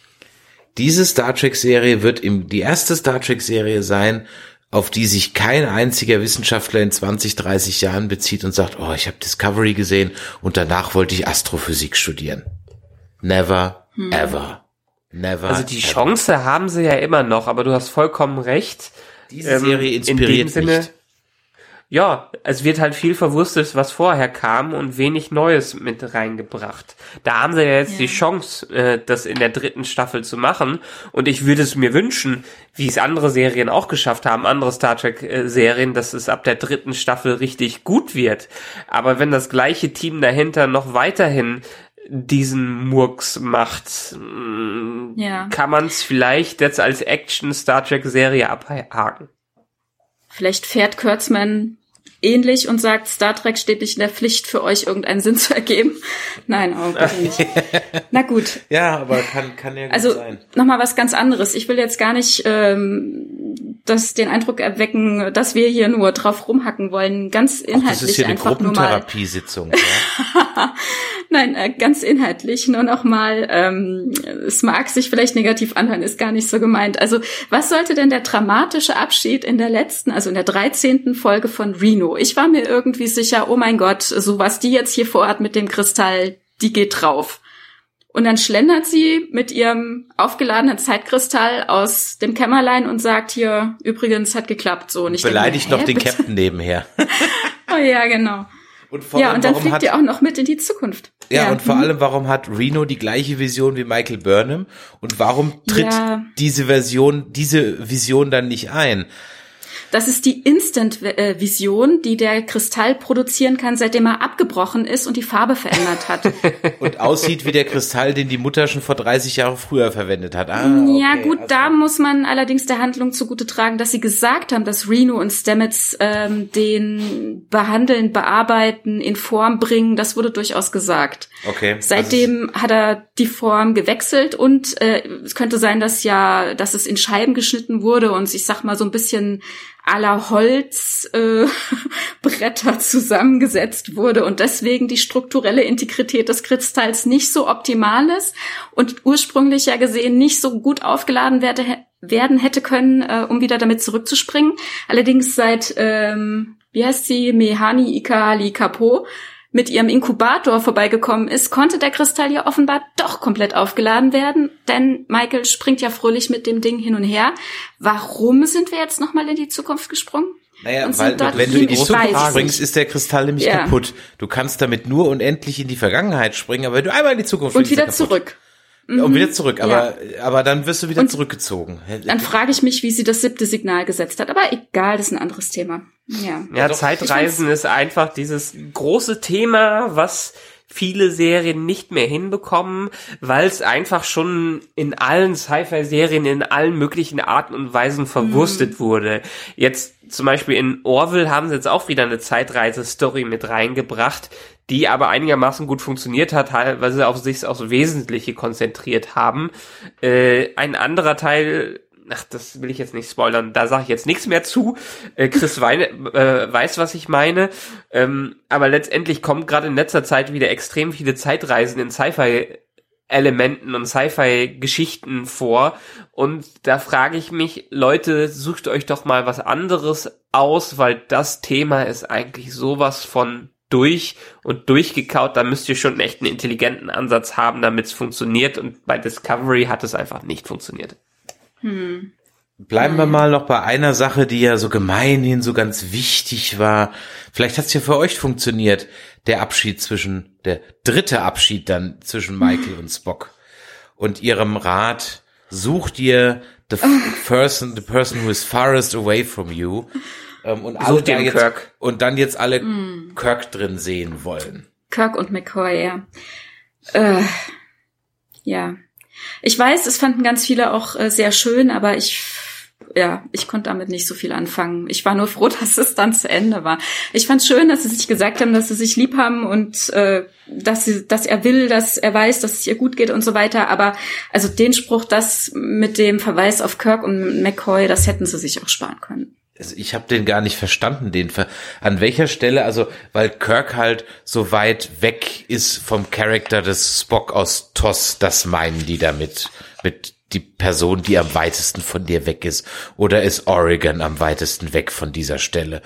Diese Star Trek-Serie wird im, die erste Star Trek-Serie sein, auf die sich kein einziger Wissenschaftler in zwanzig, dreißig Jahren bezieht und sagt, oh, ich habe Discovery gesehen und danach wollte ich Astrophysik studieren. Never, hm. ever. Never. Also die ever. Chance haben sie ja immer noch, aber du hast vollkommen recht. Diese Serie ähm, inspiriert in dem Sinne, nicht. Ja, es wird halt viel verwurstet, was vorher kam und wenig Neues mit reingebracht. Da haben sie ja jetzt ja. die Chance, äh, das in der dritten Staffel zu machen. Und ich würde es mir wünschen, wie es andere Serien auch geschafft haben, andere Star Trek-Serien, dass es ab der dritten Staffel richtig gut wird. Aber wenn das gleiche Team dahinter noch weiterhin diesen Murks macht, ja. kann man es vielleicht jetzt als Action-Star Trek-Serie abhaken. Vielleicht fährt Kurtzman ähnlich und sagt, Star Trek steht nicht in der Pflicht, für euch irgendeinen Sinn zu ergeben. Nein, auch bitte nicht. Na gut. Ja, aber kann, kann ja gut also, sein. Also nochmal was ganz anderes. Ich will jetzt gar nicht ähm, das, den Eindruck erwecken, dass wir hier nur drauf rumhacken wollen. Ganz inhaltlich. Ach, das ist hier eine Gruppentherapiesitzung. Ja? Nein, äh, ganz inhaltlich. Nur noch mal, ähm, es mag sich vielleicht negativ anhören, ist gar nicht so gemeint. Also was sollte denn der dramatische Abschied in der letzten, also in der dreizehnten Folge von Reno? Ich war mir irgendwie sicher, oh mein Gott, so was die jetzt hier vorhat mit dem Kristall, die geht drauf. Und dann schlendert sie mit ihrem aufgeladenen Zeitkristall aus dem Kämmerlein und sagt hier, übrigens hat geklappt. So. Und ich beleidigt denke, noch den Captain nebenher. Oh ja, genau. Und vor ja, allem, und dann warum fliegt hat, ihr auch noch mit in die Zukunft. Ja, ja. und vor allem, warum hat Reno die gleiche Vision wie Michael Burnham? Und warum tritt ja. diese Version, diese Vision dann nicht ein? Das ist die Instant-Vision, die der Kristall produzieren kann, seitdem er abgebrochen ist und die Farbe verändert hat. Und aussieht wie der Kristall, den die Mutter schon vor dreißig Jahren früher verwendet hat. Ah, okay, ja gut, also. Da muss man allerdings der Handlung zugute tragen, dass sie gesagt haben, dass Reno und Stamets ähm, den behandeln, bearbeiten, in Form bringen. Das wurde durchaus gesagt. Okay. Seitdem also hat er die Form gewechselt und äh, es könnte sein, dass ja, dass es in Scheiben geschnitten wurde und ich sag mal so ein bisschen à la Holzbretter äh, zusammengesetzt wurde und deswegen die strukturelle Integrität des Kristalls nicht so optimal ist und ursprünglich ja gesehen nicht so gut aufgeladen werde, werden hätte können, äh, um wieder damit zurückzuspringen. Allerdings seit, ähm, wie heißt sie, Mehani Ikali Kapo, mit ihrem Inkubator vorbeigekommen ist, konnte der Kristall ja offenbar doch komplett aufgeladen werden, denn Michael springt ja fröhlich mit dem Ding hin und her. Warum sind wir jetzt nochmal in die Zukunft gesprungen? Naja, weil wenn du in die Zukunft springst, ist der Kristall nämlich ja. kaputt. Du kannst damit nur unendlich in die Vergangenheit springen, aber wenn du einmal in die Zukunft und springst, wieder zurück. Mhm. Und wieder zurück, aber ja. aber dann wirst du wieder und zurückgezogen. Dann frage ich mich, wie sie das siebte Signal gesetzt hat. Aber egal, das ist ein anderes Thema. Ja, ja Zeitreisen ist einfach dieses große Thema, was viele Serien nicht mehr hinbekommen, weil es einfach schon in allen Sci-Fi-Serien in allen möglichen Arten und Weisen verwurstet mhm. wurde. Jetzt zum Beispiel in Orville haben sie jetzt auch wieder eine Zeitreise-Story mit reingebracht, die aber einigermaßen gut funktioniert hat, weil sie auf sich aufs Wesentliche konzentriert haben. Äh, ein anderer Teil, ach, das will ich jetzt nicht spoilern, da sage ich jetzt nichts mehr zu. Äh, Chris Weine, äh, weiß, was ich meine. Ähm, aber letztendlich kommt gerade in letzter Zeit wieder extrem viele Zeitreisen in Sci-Fi-Elementen und Sci-Fi-Geschichten vor. Und da frage ich mich, Leute, sucht euch doch mal was anderes aus, weil das Thema ist eigentlich sowas von durch und durchgekaut, da müsst ihr schon einen echten intelligenten Ansatz haben, damit es funktioniert, und bei Discovery hat es einfach nicht funktioniert. Hm. Bleiben wir mal noch bei einer Sache, die ja so gemeinhin so ganz wichtig war. Vielleicht hat es ja für euch funktioniert, der Abschied zwischen, der dritte Abschied dann zwischen Michael und Spock und ihrem Rat, sucht ihr the person, the person who is farthest away from you. Und alle da jetzt, Kirk. Und dann jetzt alle mm. Kirk drin sehen wollen. Kirk und McCoy, ja. Äh, ja. Ich weiß, es fanden ganz viele auch äh, sehr schön, aber ich, ja, ich konnte damit nicht so viel anfangen. Ich war nur froh, dass es dann zu Ende war. Ich fand es schön, dass sie sich gesagt haben, dass sie sich lieb haben und äh, dass sie, dass er will, dass er weiß, dass es ihr gut geht und so weiter. Aber also den Spruch, das mit dem Verweis auf Kirk und McCoy, das hätten sie sich auch sparen können. Also ich habe den gar nicht verstanden, den an welcher Stelle, also weil Kirk halt so weit weg ist vom Charakter des Spock aus T O S, das meinen die damit, mit die Person, die am weitesten von dir weg ist, oder ist Oregon am weitesten weg von dieser Stelle?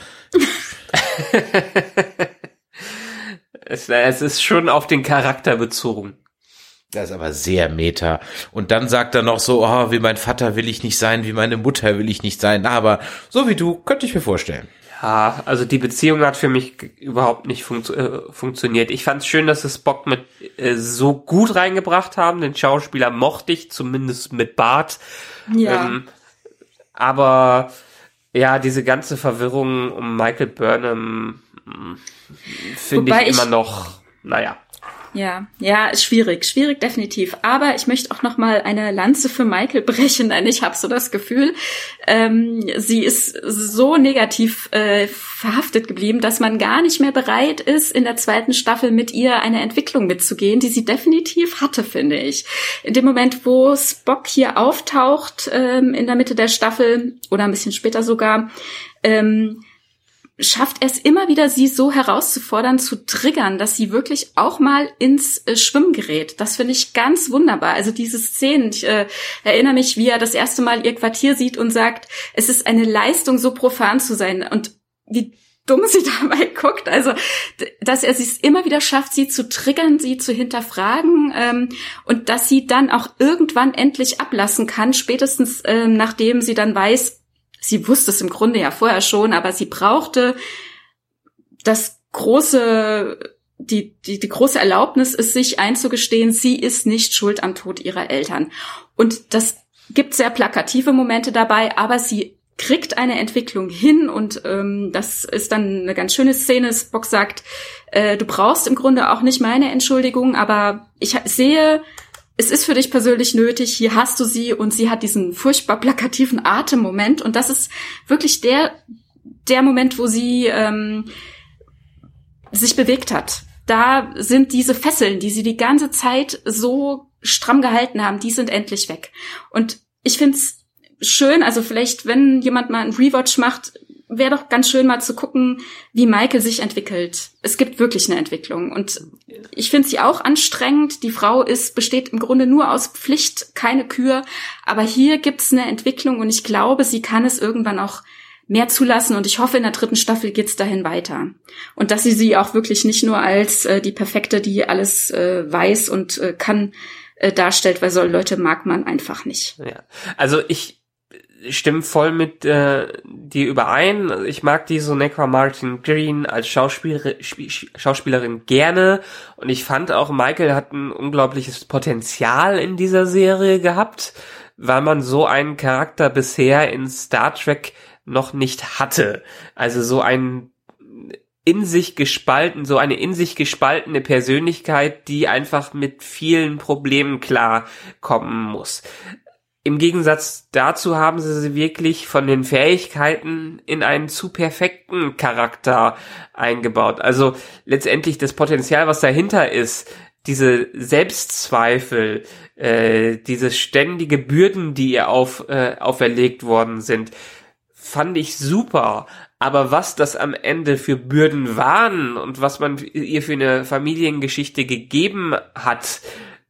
es, es ist schon auf den Charakter bezogen. Das ist aber sehr meta. Und dann sagt er noch so, oh, wie mein Vater will ich nicht sein, wie meine Mutter will ich nicht sein, aber so wie du, könnte ich mir vorstellen. Ja, also die Beziehung hat für mich überhaupt nicht funktio- äh, funktioniert. Ich fand es schön, dass sie Spock mit äh, so gut reingebracht haben. Den Schauspieler mochte ich, zumindest mit Bart. Ja. Ähm, aber ja, diese ganze Verwirrung um Michael Burnham finde ich immer noch, naja. Ja, ja, ist schwierig, schwierig definitiv. Aber ich möchte auch noch mal eine Lanze für Michael brechen, denn ich habe so das Gefühl, ähm, sie ist so negativ äh, verhaftet geblieben, dass man gar nicht mehr bereit ist, in der zweiten Staffel mit ihr eine Entwicklung mitzugehen, die sie definitiv hatte, finde ich. In dem Moment, wo Spock hier auftaucht, ähm, in der Mitte der Staffel oder ein bisschen später sogar, ähm, schafft er es immer wieder, sie so herauszufordern, zu triggern, dass sie wirklich auch mal ins äh, Schwimmen gerät. Das finde ich ganz wunderbar. Also diese Szenen, ich äh, erinnere mich, wie er das erste Mal ihr Quartier sieht und sagt, es ist eine Leistung, so profan zu sein. Und wie dumm sie dabei guckt. Also, dass er es immer wieder schafft, sie zu triggern, sie zu hinterfragen ähm, und dass sie dann auch irgendwann endlich ablassen kann, spätestens ähm, nachdem sie dann weiß, sie wusste es im Grunde ja vorher schon, aber sie brauchte das große, die, die, die große Erlaubnis, es sich einzugestehen, sie ist nicht schuld am Tod ihrer Eltern. Und das gibt sehr plakative Momente dabei, aber sie kriegt eine Entwicklung hin und ähm, das ist dann eine ganz schöne Szene. Spock sagt, äh, du brauchst im Grunde auch nicht meine Entschuldigung, aber ich sehe, es ist für dich persönlich nötig, hier hast du sie und sie hat diesen furchtbar plakativen Atemmoment und das ist wirklich der der Moment, wo sie ähm, sich bewegt hat. Da sind diese Fesseln, die sie die ganze Zeit so stramm gehalten haben, die sind endlich weg. Und ich find's schön, also vielleicht, wenn jemand mal einen Rewatch macht, wäre doch ganz schön mal zu gucken, wie Michael sich entwickelt. Es gibt wirklich eine Entwicklung und ich finde sie auch anstrengend. Die Frau ist besteht im Grunde nur aus Pflicht, keine Kür, aber hier gibt's eine Entwicklung und ich glaube, sie kann es irgendwann auch mehr zulassen und ich hoffe, in der dritten Staffel geht's dahin weiter. Und dass sie sie auch wirklich nicht nur als äh, die Perfekte, die alles äh, weiß und äh, kann, äh, darstellt, weil so Leute mag man einfach nicht. Ja, also ich stimme voll mit äh, dir überein. Ich mag die Sonequa Martin Green als Schauspielerin, Schauspielerin gerne und ich fand auch, Michael hat ein unglaubliches Potenzial in dieser Serie gehabt, weil man so einen Charakter bisher in Star Trek noch nicht hatte. Also so ein in sich gespalten, so eine in sich gespaltene Persönlichkeit, die einfach mit vielen Problemen klarkommen muss. Im Gegensatz dazu haben sie sie wirklich von den Fähigkeiten in einen zu perfekten Charakter eingebaut. Also letztendlich das Potenzial, was dahinter ist, diese Selbstzweifel, äh, diese ständige Bürden, die ihr auf, äh, auferlegt worden sind, fand ich super. Aber was das am Ende für Bürden waren und was man ihr für eine Familiengeschichte gegeben hat,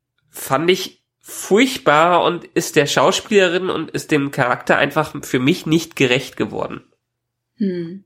fand ich furchtbar und ist der Schauspielerin und ist dem Charakter einfach für mich nicht gerecht geworden. Hm.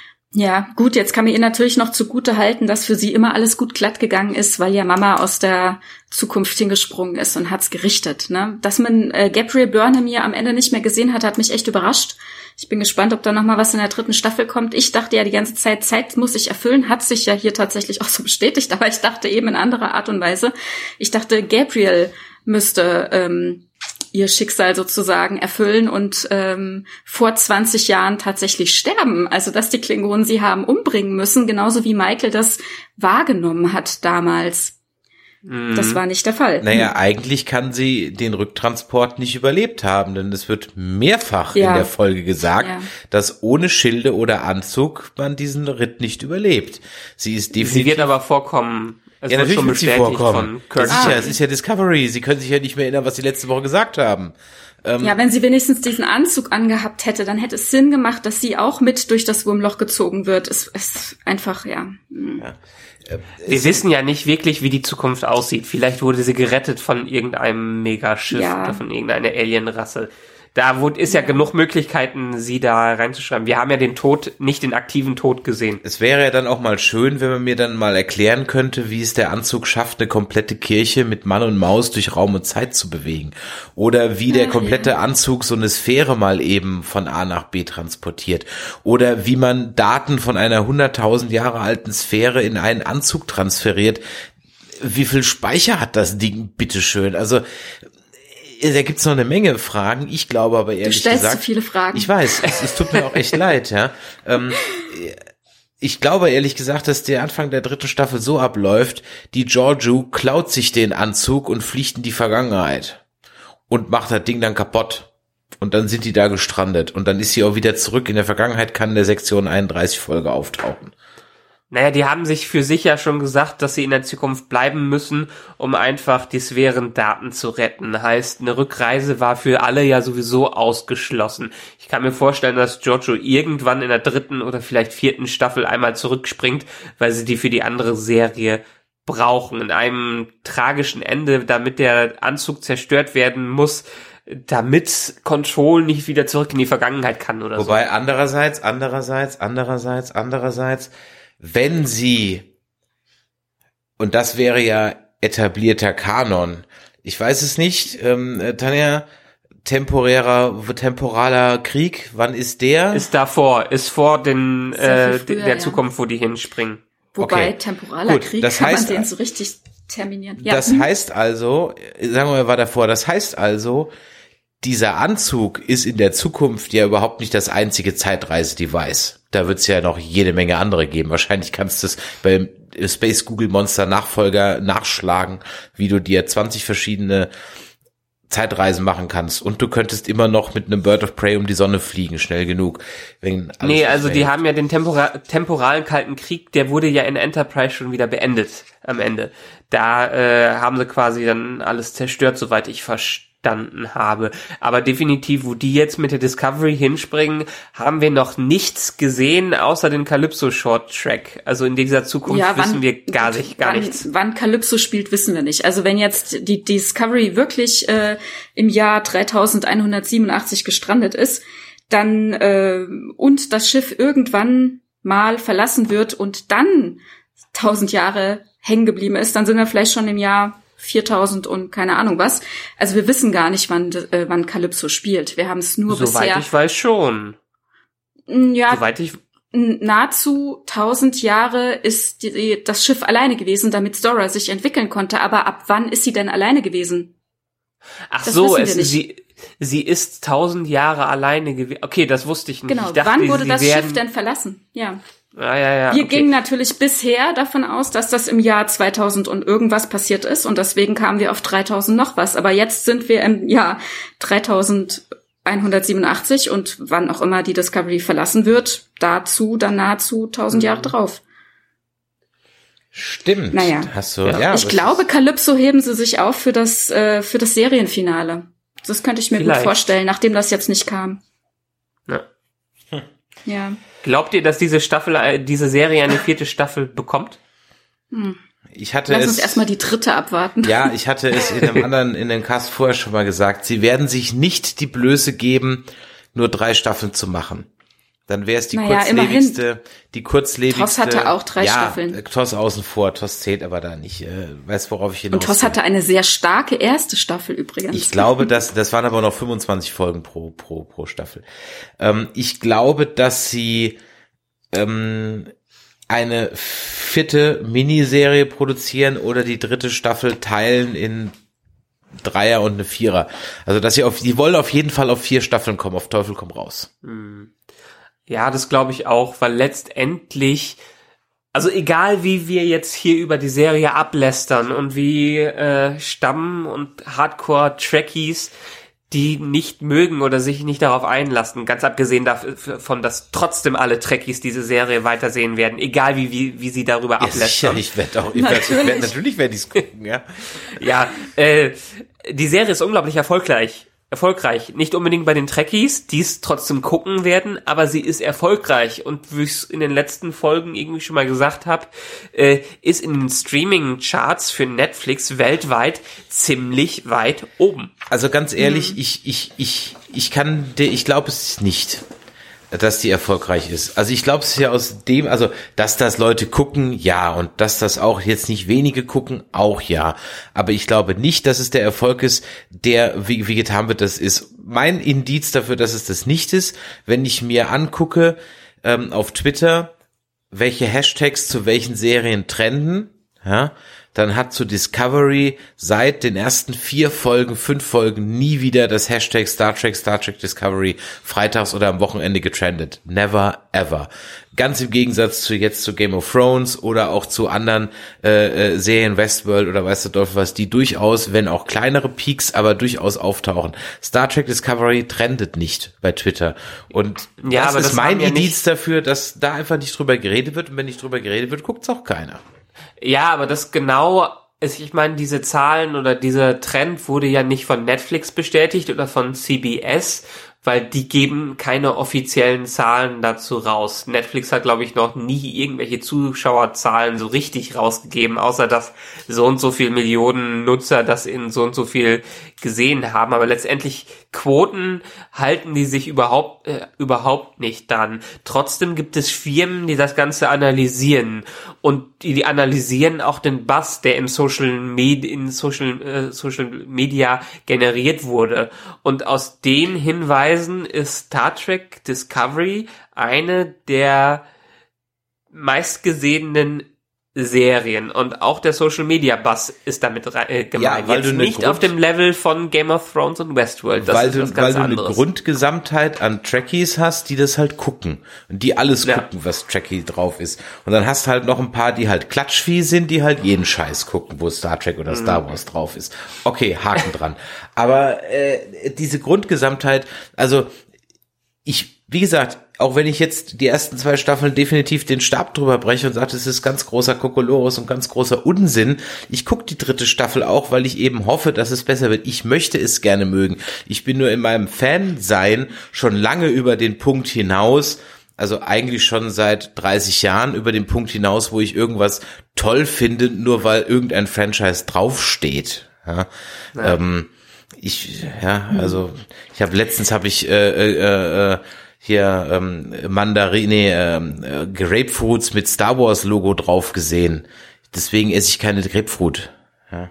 Ja, gut, jetzt kann man ihr natürlich noch zugute halten, dass für sie immer alles gut glatt gegangen ist, weil ja Mama aus der Zukunft hingesprungen ist und hat's gerichtet. Ne? Dass man äh, Gabriel Burnham hier am Ende nicht mehr gesehen hat, hat mich echt überrascht. Ich bin gespannt, ob da noch mal was in der dritten Staffel kommt. Ich dachte ja die ganze Zeit, Zeit muss ich erfüllen, hat sich ja hier tatsächlich auch so bestätigt, aber ich dachte eben in anderer Art und Weise. Ich dachte, Gabriel müsste ähm, ihr Schicksal sozusagen erfüllen und ähm, vor zwanzig Jahren tatsächlich sterben. Also, dass die Klingonen sie haben umbringen müssen, genauso wie Michael das wahrgenommen hat damals. Mhm. Das war nicht der Fall. Naja, eigentlich kann sie den Rücktransport nicht überlebt haben, denn es wird mehrfach ja. in der Folge gesagt, ja. dass ohne Schilde oder Anzug man diesen Ritt nicht überlebt. Sie ist definitiv... Sie wird aber vorkommen... Es ja, natürlich schon wird sie vorkommen. Von das ist ja, es ist ja Discovery. Sie können sich ja nicht mehr erinnern, was sie letzte Woche gesagt haben. Ähm, ja, wenn sie wenigstens diesen Anzug angehabt hätte, dann hätte es Sinn gemacht, dass sie auch mit durch das Wurmloch gezogen wird. Es ist einfach, ja. ja. Äh, Wir wissen ja nicht wirklich, wie die Zukunft aussieht. Vielleicht wurde sie gerettet von irgendeinem Megaschiff ja. oder von irgendeiner Alienrasse. Da ist ja, ja genug Möglichkeiten, sie da reinzuschreiben. Wir haben ja den Tod, nicht den aktiven Tod gesehen. Es wäre ja dann auch mal schön, wenn man mir dann mal erklären könnte, wie es der Anzug schafft, eine komplette Kirche mit Mann und Maus durch Raum und Zeit zu bewegen. Oder wie der komplette Anzug so eine Sphäre mal eben von A nach B transportiert. Oder wie man Daten von einer hunderttausend Jahre alten Sphäre in einen Anzug transferiert. Wie viel Speicher hat das Ding, bitteschön? Also, da gibt's noch eine Menge Fragen. Ich glaube aber ehrlich gesagt... Du stellst gesagt, zu viele Fragen. Ich weiß, es, es tut mir auch echt leid, ja. Ähm, ich glaube ehrlich gesagt, dass der Anfang der dritten Staffel so abläuft, die Georgiou klaut sich den Anzug und fliegt in die Vergangenheit und macht das Ding dann kaputt. Und dann sind die da gestrandet. Und dann ist sie auch wieder zurück. In der Vergangenheit kann in der Sektion einunddreißig Folge auftauchen. Naja, die haben sich für sich ja schon gesagt, dass sie in der Zukunft bleiben müssen, um einfach die Sphärendaten zu retten. Heißt, eine Rückreise war für alle ja sowieso ausgeschlossen. Ich kann mir vorstellen, dass Georgiou irgendwann in der dritten oder vielleicht vierten Staffel einmal zurückspringt, weil sie die für die andere Serie brauchen. In einem tragischen Ende, damit der Anzug zerstört werden muss, damit Control nicht wieder zurück in die Vergangenheit kann oder so. Wobei andererseits, andererseits, andererseits, andererseits, wenn sie, und das wäre ja etablierter Kanon, ich weiß es nicht, ähm, Tanja, temporärer, temporaler Krieg, wann ist der? Ist davor, ist vor den, äh, früher, der ja. Zukunft, wo die hinspringen. Wobei okay. temporaler Gut, Krieg das kann heißt, man den so richtig terminieren. Ja. Das heißt also, sagen wir mal, war davor, das heißt also, dieser Anzug ist in der Zukunft ja überhaupt nicht das einzige Zeitreise-Device. Da wird es ja noch jede Menge andere geben. Wahrscheinlich kannst du es beim Space Google Monster Nachfolger nachschlagen, wie du dir zwanzig verschiedene Zeitreisen machen kannst. Und du könntest immer noch mit einem Bird of Prey um die Sonne fliegen, schnell genug. Wenn alles nee, also fällt. die haben ja den Tempora- temporalen Kalten Krieg, der wurde ja in Enterprise schon wieder beendet am Ende. Da äh, haben sie quasi dann alles zerstört, soweit ich verstanden habe. Aber definitiv, wo die jetzt mit der Discovery hinspringen, haben wir noch nichts gesehen, außer den Calypso Short Track. Also in dieser Zukunft ja, wann, wissen wir gar nicht, gar wann, nichts. Wann Calypso spielt, wissen wir nicht. Also wenn jetzt die Discovery wirklich äh, im Jahr dreitausendeinhundertsiebenundachtzig gestrandet ist, dann äh, und das Schiff irgendwann mal verlassen wird und dann tausend Jahre hängen geblieben ist, dann sind wir vielleicht schon im Jahr viertausend und keine Ahnung was. Also wir wissen gar nicht, wann äh, wann Calypso spielt. Wir haben es nur Soweit bisher. ich weiß schon. Ja, Soweit ich nahezu tausend Jahre ist die, das Schiff alleine gewesen, damit Zdora sich entwickeln konnte. Aber ab wann ist sie denn alleine gewesen? Ach Das so, wissen wir es, nicht. sie sie ist tausend Jahre alleine gewesen. Okay, das wusste ich nicht. Genau. Ich dachte, Wann wurde sie das werden, Schiff denn verlassen? Ja. Ah, ja, ja. Wir okay. gingen natürlich bisher davon aus, dass das im Jahr zweitausend und irgendwas passiert ist und deswegen kamen wir auf dreitausend noch was. Aber jetzt sind wir im Jahr dreitausendeinhundertsiebenundachtzig und wann auch immer die Discovery verlassen wird, dazu dann nahezu tausend Mhm. Jahre drauf. Stimmt. Naja. Hast du, Ja. ja, Ich das glaube, ist- Calypso heben sie sich auf für das äh, für das Serienfinale. Das könnte ich mir Vielleicht. gut vorstellen, nachdem das jetzt nicht kam. Ja. Ja. Glaubt ihr, dass diese Staffel, äh, diese Serie eine vierte Staffel bekommt? ich hatte Lass es, uns erstmal die dritte abwarten. ja, ich hatte es in einem anderen, in dem Cast vorher schon mal gesagt, sie werden sich nicht die Blöße geben, nur drei Staffeln zu machen. Dann wäre es die Naja, kurzlebigste, die kurzlebigste. TOS hatte auch drei ja, Staffeln. äh, TOS außen vor, TOS zählt aber da nicht. Äh, weißt, worauf ich hinaus Und TOS will. hatte eine sehr starke erste Staffel übrigens. Ich glaube, dass das waren aber noch fünfundzwanzig Folgen pro pro pro Staffel. Ähm, ich glaube, dass sie ähm, eine vierte Miniserie produzieren oder die dritte Staffel teilen in Dreier und eine Vierer. Also dass sie auf, die wollen auf jeden Fall auf vier Staffeln kommen. Auf Teufel komm raus. Ja, das glaube ich auch, weil letztendlich, also egal wie wir jetzt hier über die Serie ablästern und wie äh, Stamm- und Hardcore-Trekkies die nicht mögen oder sich nicht darauf einlassen, ganz abgesehen davon, dass trotzdem alle Trekkies diese Serie weitersehen werden, egal wie wie, wie sie darüber Ja, sicher, ablästern. ich werde auch, ich werd, ich werd, natürlich werde ich es gucken, ja. Ja, äh, die Serie ist unglaublich erfolgreich. Erfolgreich. Nicht unbedingt bei den Trekkies, die es trotzdem gucken werden, aber sie ist erfolgreich. Und wie ich es in den letzten Folgen irgendwie schon mal gesagt habe, äh, ist in den Streaming-Charts für Netflix weltweit ziemlich weit oben. Also ganz ehrlich, ich, ich, ich, ich kann dir, ich glaube es nicht, dass die erfolgreich ist. Also ich glaube es ja aus dem, also dass das Leute gucken, ja, und dass das auch jetzt nicht wenige gucken, auch ja. Aber ich glaube nicht, dass es der Erfolg ist, der, wie, wie getan wird, das ist. Mein Indiz dafür, dass es das nicht ist, wenn ich mir angucke ähm, auf Twitter, welche Hashtags zu welchen Serien trenden, ja, dann hat zu Discovery seit den ersten vier Folgen, fünf Folgen nie wieder das Hashtag Star Trek, Star Trek Discovery freitags oder am Wochenende getrendet. Never ever. Ganz im Gegensatz zu jetzt zu Game of Thrones oder auch zu anderen äh, äh, Serien, Westworld oder weißt du Teufel was, die durchaus, wenn auch kleinere Peaks, aber durchaus auftauchen. Star Trek Discovery trendet nicht bei Twitter. Und Ja, das aber ist das mein haben ja Indiz nicht- dafür, dass da einfach nicht drüber geredet wird. Und wenn nicht drüber geredet wird, guckt's auch keiner. Ja, aber das genau ist, ich meine, diese Zahlen oder dieser Trend wurde ja nicht von Netflix bestätigt oder von C B S, weil die geben keine offiziellen Zahlen dazu raus. Netflix hat, glaube ich, noch nie irgendwelche Zuschauerzahlen so richtig rausgegeben, außer dass so und so viel Millionen Nutzer das in so und so viel gesehen haben. Aber letztendlich Quoten halten die sich überhaupt äh, überhaupt nicht dran. Trotzdem gibt es Firmen, die das Ganze analysieren und die, die analysieren auch den Buzz, der im Social Med in Social äh, Social Media generiert wurde. Und aus den Hinweisen ist Star Trek Discovery eine der meistgesehenen Serien und auch der Social Media Buzz ist damit äh, gemeint. Ja, weil Jetzt du nicht Grund, auf dem Level von Game of Thrones und Westworld. Das weil ist du, was ganz weil anderes. du eine Grundgesamtheit an Trekkies hast, die das halt gucken und die alles ja. gucken, was Trekkie drauf ist. Und dann hast du halt noch ein paar, die halt Klatschvieh sind, die halt jeden Scheiß gucken, wo Star Trek oder Star Wars mhm. drauf ist. Okay, Haken dran. Aber äh, diese Grundgesamtheit, also ich, wie gesagt, auch wenn ich jetzt die ersten zwei Staffeln definitiv den Stab drüber breche und sage, es ist ganz großer Kokolores und ganz großer Unsinn, ich gucke die dritte Staffel auch, weil ich eben hoffe, dass es besser wird. Ich möchte es gerne mögen. Ich bin nur in meinem Fansein schon lange über den Punkt hinaus, also eigentlich schon seit dreißig Jahren über den Punkt hinaus, wo ich irgendwas toll finde, nur weil irgendein Franchise draufsteht. Ja, ja. Ähm, ich, ja, also ich habe letztens habe ich äh, äh, äh, hier ähm, Mandarine, äh, Grapefruits mit Star Wars Logo drauf gesehen. Deswegen esse ich keine Grapefruit. Ja,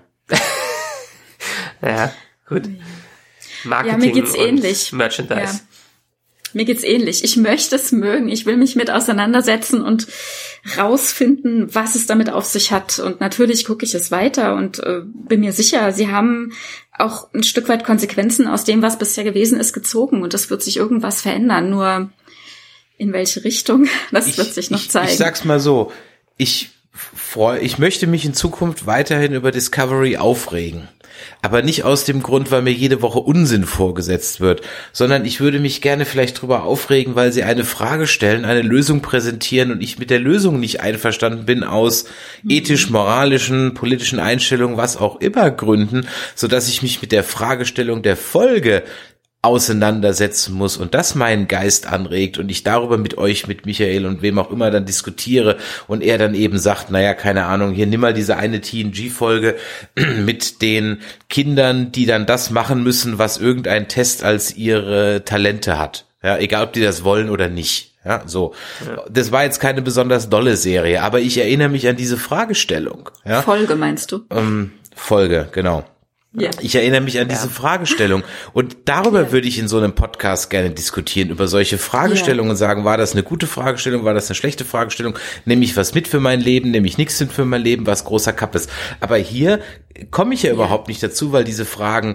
ja gut. Marketing ja, mir geht's und ähnlich. Merchandise. Ja. Mir geht's ähnlich. Ich möchte es mögen. Ich will mich mit auseinandersetzen und rausfinden, was es damit auf sich hat. Und natürlich gucke ich es weiter und äh, bin mir sicher, sie haben auch ein Stück weit Konsequenzen aus dem, was bisher gewesen ist, gezogen. Und es wird sich irgendwas verändern. Nur in welche Richtung, das ich, wird sich noch ich, zeigen. Ich sag's mal so, ich freue, ich möchte mich in Zukunft weiterhin über Discovery aufregen. Aber nicht aus dem Grund, weil mir jede Woche Unsinn vorgesetzt wird, sondern ich würde mich gerne vielleicht drüber aufregen, weil sie eine Frage stellen, eine Lösung präsentieren und ich mit der Lösung nicht einverstanden bin aus ethisch-moralischen, politischen Einstellungen, was auch immer Gründen, sodass ich mich mit der Fragestellung der Folge auseinandersetzen muss und das meinen Geist anregt und ich darüber mit euch, mit Michael und wem auch immer dann diskutiere und er dann eben sagt, naja, keine Ahnung, hier nimm mal diese eine T N G-Folge mit den Kindern, die dann das machen müssen, was irgendein Test als ihre Talente hat. Ja, egal ob die das wollen oder nicht. Ja, so. Ja. Das war jetzt keine besonders dolle Serie, aber ich erinnere mich an diese Fragestellung. Ja? Folge meinst du? Ähm, Folge, genau. Ja. Ich erinnere mich an diese ja. Fragestellung und darüber ja. würde ich in so einem Podcast gerne diskutieren, über solche Fragestellungen ja. und sagen, war das eine gute Fragestellung, war das eine schlechte Fragestellung, nehme ich was mit für mein Leben, nehme ich nichts mit für mein Leben, was großer Kapp ist. Aber hier komme ich ja, ja überhaupt nicht dazu, weil diese Fragen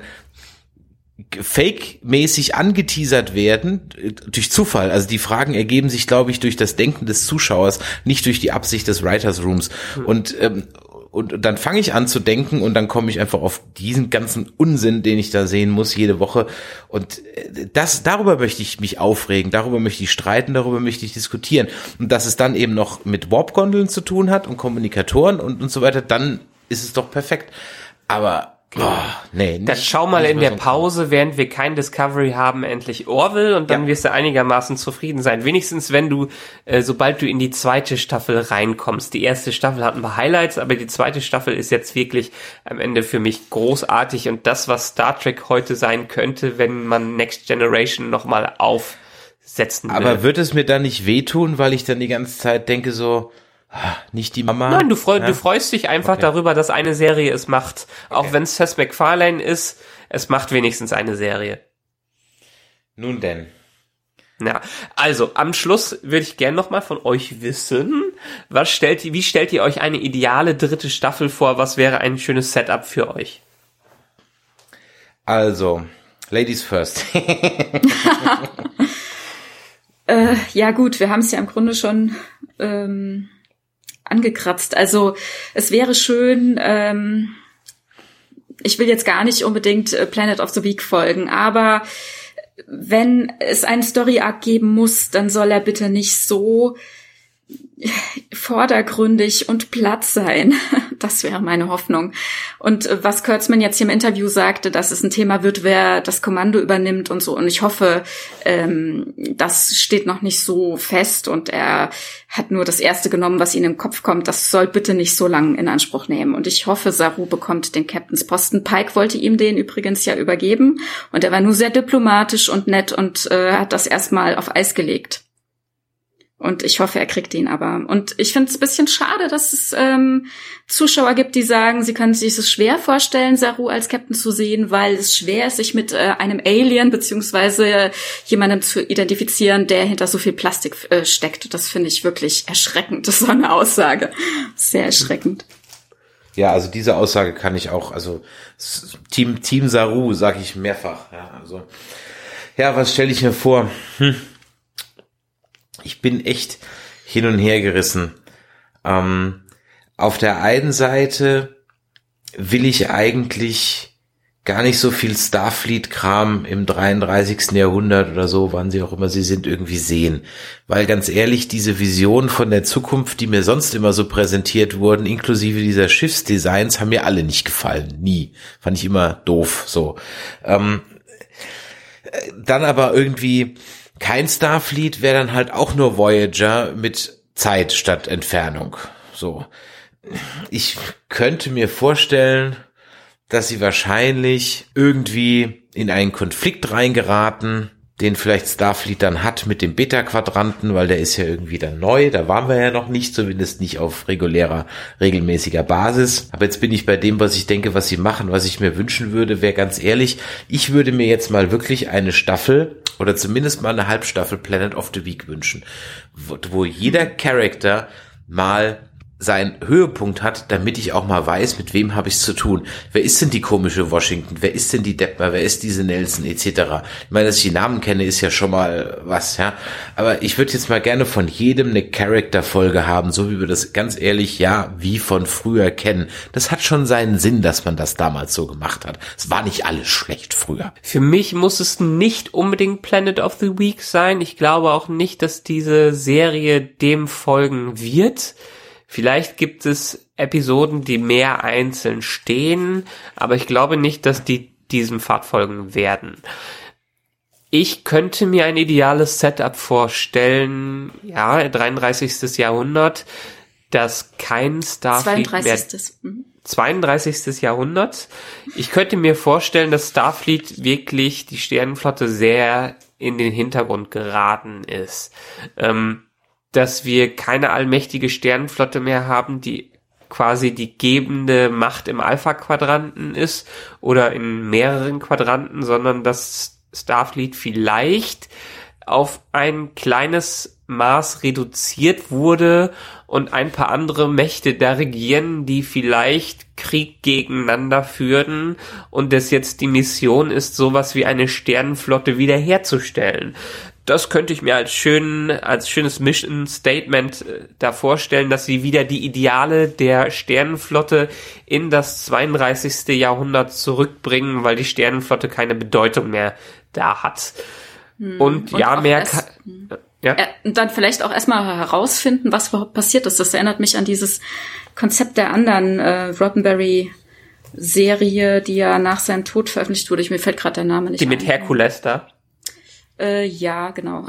fake-mäßig angeteasert werden, durch Zufall. Also die Fragen ergeben sich, glaube ich, durch das Denken des Zuschauers, nicht durch die Absicht des Writers Rooms. Hm. Und ähm, Und dann fange ich an zu denken und dann komme ich einfach auf diesen ganzen Unsinn, den ich da sehen muss jede Woche. Und das, darüber möchte ich mich aufregen, darüber möchte ich streiten, darüber möchte ich diskutieren. Und dass es dann eben noch mit Warp-Gondeln zu tun hat und Kommunikatoren und, und so weiter, dann ist es doch perfekt. Aber oh, nee, nicht, dann schau mal in der so Pause, während wir kein Discovery haben, endlich Orville und dann ja. wirst du einigermaßen zufrieden sein. Wenigstens, wenn du, äh, sobald du in die zweite Staffel reinkommst. Die erste Staffel hat ein paar Highlights, aber die zweite Staffel ist jetzt wirklich am Ende für mich großartig und das, was Star Trek heute sein könnte, wenn man Next Generation nochmal aufsetzen will. Aber wird es mir dann nicht wehtun, weil ich dann die ganze Zeit denke so, nicht die Mama. Nein, du, freu, ja? du freust dich einfach okay. darüber, dass eine Serie es macht. Okay. Auch wenn es Seth MacFarlane ist, es macht wenigstens eine Serie. Nun denn. Ja, also am Schluss würde ich gerne noch mal von euch wissen, was stellt, wie stellt ihr euch eine ideale dritte Staffel vor? Was wäre ein schönes Setup für euch? Also, Ladies first. äh, ja gut, wir haben es ja im Grunde schon ähm, angekratzt. Also es wäre schön, ähm, ich will jetzt gar nicht unbedingt äh, Planet of the Week folgen, aber wenn es einen Story-Arc geben muss, dann soll er bitte nicht so vordergründig und platt sein. Das wäre meine Hoffnung. Und was Kurtzman jetzt hier im Interview sagte, dass es ein Thema wird, wer das Kommando übernimmt und so. Und ich hoffe, ähm, das steht noch nicht so fest und er hat nur das Erste genommen, was ihm im Kopf kommt. Das soll bitte nicht so lang in Anspruch nehmen. Und ich hoffe, Saru bekommt den Captains Posten. Pike wollte ihm den übrigens ja übergeben. Und er war nur sehr diplomatisch und nett und äh, hat das erstmal auf Eis gelegt. Und ich hoffe, er kriegt ihn aber. Und ich finde es ein bisschen schade, dass es ähm, Zuschauer gibt, die sagen, sie können sich es schwer vorstellen, Saru als Captain zu sehen, weil es schwer ist, sich mit äh, einem Alien beziehungsweise jemandem zu identifizieren, der hinter so viel Plastik äh, steckt. Das finde ich wirklich erschreckend. Das ist so eine Aussage. Sehr erschreckend. Ja, also diese Aussage kann ich auch, also Team Team Saru sage ich mehrfach. Ja, also ja, was stelle ich mir vor? Hm. Ich bin echt hin und her gerissen. Ähm, auf der einen Seite will ich eigentlich gar nicht so viel Starfleet-Kram im dreiunddreißigsten Jahrhundert oder so, wann sie auch immer sie sind, irgendwie sehen. Weil ganz ehrlich, diese Vision von der Zukunft, die mir sonst immer so präsentiert wurden, inklusive dieser Schiffsdesigns, haben mir alle nicht gefallen. Nie. Fand ich immer doof, so. Ähm, dann aber irgendwie kein Starfleet wäre dann halt auch nur Voyager mit Zeit statt Entfernung. So. Ich könnte mir vorstellen, dass sie wahrscheinlich irgendwie in einen Konflikt reingeraten, den vielleicht Starfleet dann hat mit dem Beta-Quadranten, weil der ist ja irgendwie dann neu, da waren wir ja noch nicht, zumindest nicht auf regulärer, regelmäßiger Basis. Aber jetzt bin ich bei dem, was ich denke, was sie machen, was ich mir wünschen würde, wäre ganz ehrlich, ich würde mir jetzt mal wirklich eine Staffel oder zumindest mal eine Halbstaffel Planet of the Week wünschen, wo, wo jeder Charakter mal seinen Höhepunkt hat, damit ich auch mal weiß, mit wem habe ich es zu tun. Wer ist denn die komische Washington? Wer ist denn die Detmer? Wer ist diese Nelson et cetera? Ich meine, dass ich die Namen kenne, ist ja schon mal was, ja. Aber ich würde jetzt mal gerne von jedem eine Charakterfolge haben, so wie wir das ganz ehrlich, ja, wie von früher kennen. Das hat schon seinen Sinn, dass man das damals so gemacht hat. Es war nicht alles schlecht früher. Für mich muss es nicht unbedingt Planet of the Week sein. Ich glaube auch nicht, dass diese Serie dem folgen wird. Vielleicht gibt es Episoden, die mehr einzeln stehen, aber ich glaube nicht, dass die diesem Pfad folgen werden. Ich könnte mir ein ideales Setup vorstellen, ja, dreiunddreißigsten Jahrhundert, dass kein Starfleet zweiunddreißigsten mehr... zweiunddreißigsten Jahrhundert. Ich könnte mir vorstellen, dass Starfleet wirklich die Sternenflotte sehr in den Hintergrund geraten ist. Ähm, dass wir keine allmächtige Sternenflotte mehr haben, die quasi die gebende Macht im Alpha-Quadranten ist oder in mehreren Quadranten, sondern dass Starfleet vielleicht auf ein kleines Maß reduziert wurde und ein paar andere Mächte da regieren, die vielleicht Krieg gegeneinander führen und es jetzt die Mission ist, sowas wie eine Sternenflotte wiederherzustellen. Das könnte ich mir als schön, als schönes Mission Statement äh, da vorstellen, dass sie wieder die Ideale der Sternenflotte in das zweiunddreißigsten Jahrhundert zurückbringen, weil die Sternenflotte keine Bedeutung mehr da hat. Hm. Und, und ja, mehr erst, ka- ja. Und dann vielleicht auch erstmal herausfinden, was überhaupt passiert ist. Das erinnert mich an dieses Konzept der anderen äh, Roddenberry-Serie, die ja nach seinem Tod veröffentlicht wurde. Ich, mir fällt gerade der Name nicht die ein. Die mit Herkules da? Äh, ja, genau.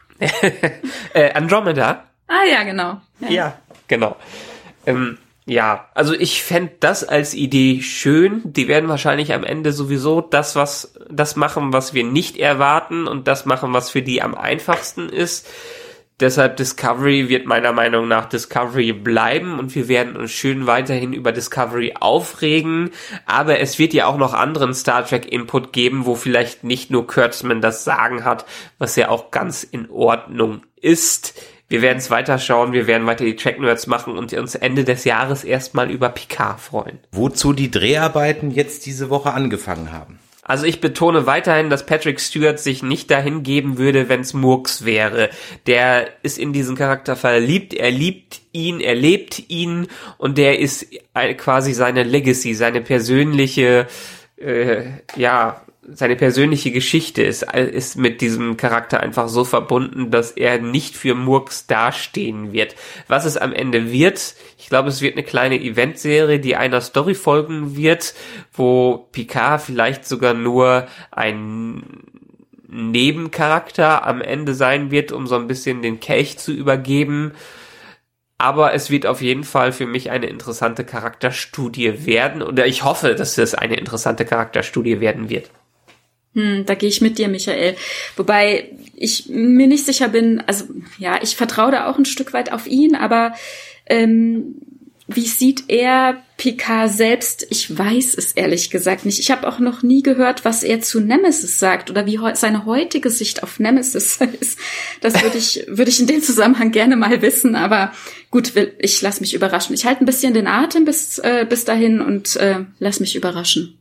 äh, Andromeda? Ah ja, genau. Ja, ja genau. Ähm, ja, also ich fände das als Idee schön. Die werden wahrscheinlich am Ende sowieso das, was das machen, was wir nicht erwarten und das machen, was für die am einfachsten ist. Deshalb Discovery wird meiner Meinung nach Discovery bleiben und wir werden uns schön weiterhin über Discovery aufregen, aber es wird ja auch noch anderen Star Trek Input geben, wo vielleicht nicht nur Kurtzman das Sagen hat, was ja auch ganz in Ordnung ist. Wir werden es weiterschauen, wir werden weiter die Track-Nerds machen und uns Ende des Jahres erstmal über Picard freuen. Wozu die Dreharbeiten jetzt diese Woche angefangen haben. Also ich betone weiterhin, dass Patrick Stewart sich nicht dahin geben würde, wenn es Murks wäre. Der ist in diesen Charakter verliebt, er liebt ihn, er lebt ihn und der ist quasi seine Legacy, seine persönliche, äh, ja, seine persönliche Geschichte ist, ist mit diesem Charakter einfach so verbunden, dass er nicht für Murks dastehen wird. Was es am Ende wird, ich glaube, es wird eine kleine Eventserie, die einer Story folgen wird, wo Picard vielleicht sogar nur ein Nebencharakter am Ende sein wird, um so ein bisschen den Kelch zu übergeben. Aber es wird auf jeden Fall für mich eine interessante Charakterstudie werden. Oder ich hoffe, dass es eine interessante Charakterstudie werden wird. Hm, da gehe ich mit dir, Michael. Wobei ich mir nicht sicher bin, also ja, ich vertraue da auch ein Stück weit auf ihn, aber ähm, wie sieht er Picard selbst? Ich weiß es ehrlich gesagt nicht. Ich habe auch noch nie gehört, was er zu Nemesis sagt oder wie he- seine heutige Sicht auf Nemesis ist. Das würde ich, würde ich in dem Zusammenhang gerne mal wissen. Aber gut, ich lasse mich überraschen. Ich halte ein bisschen den Atem bis, äh, bis dahin und äh, lass mich überraschen.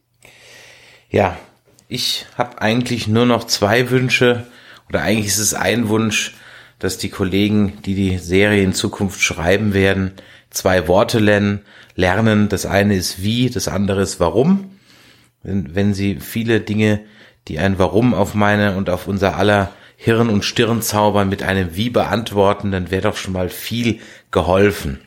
Ja, ich habe eigentlich nur noch zwei Wünsche oder eigentlich ist es ein Wunsch, dass die Kollegen, die die Serie in Zukunft schreiben werden, zwei Worte lernen. lernen. Das eine ist wie, das andere ist warum. Wenn, wenn sie viele Dinge, die ein Warum auf meine und auf unser aller Hirn und Stirn zaubern, mit einem Wie beantworten, dann wäre doch schon mal viel geholfen.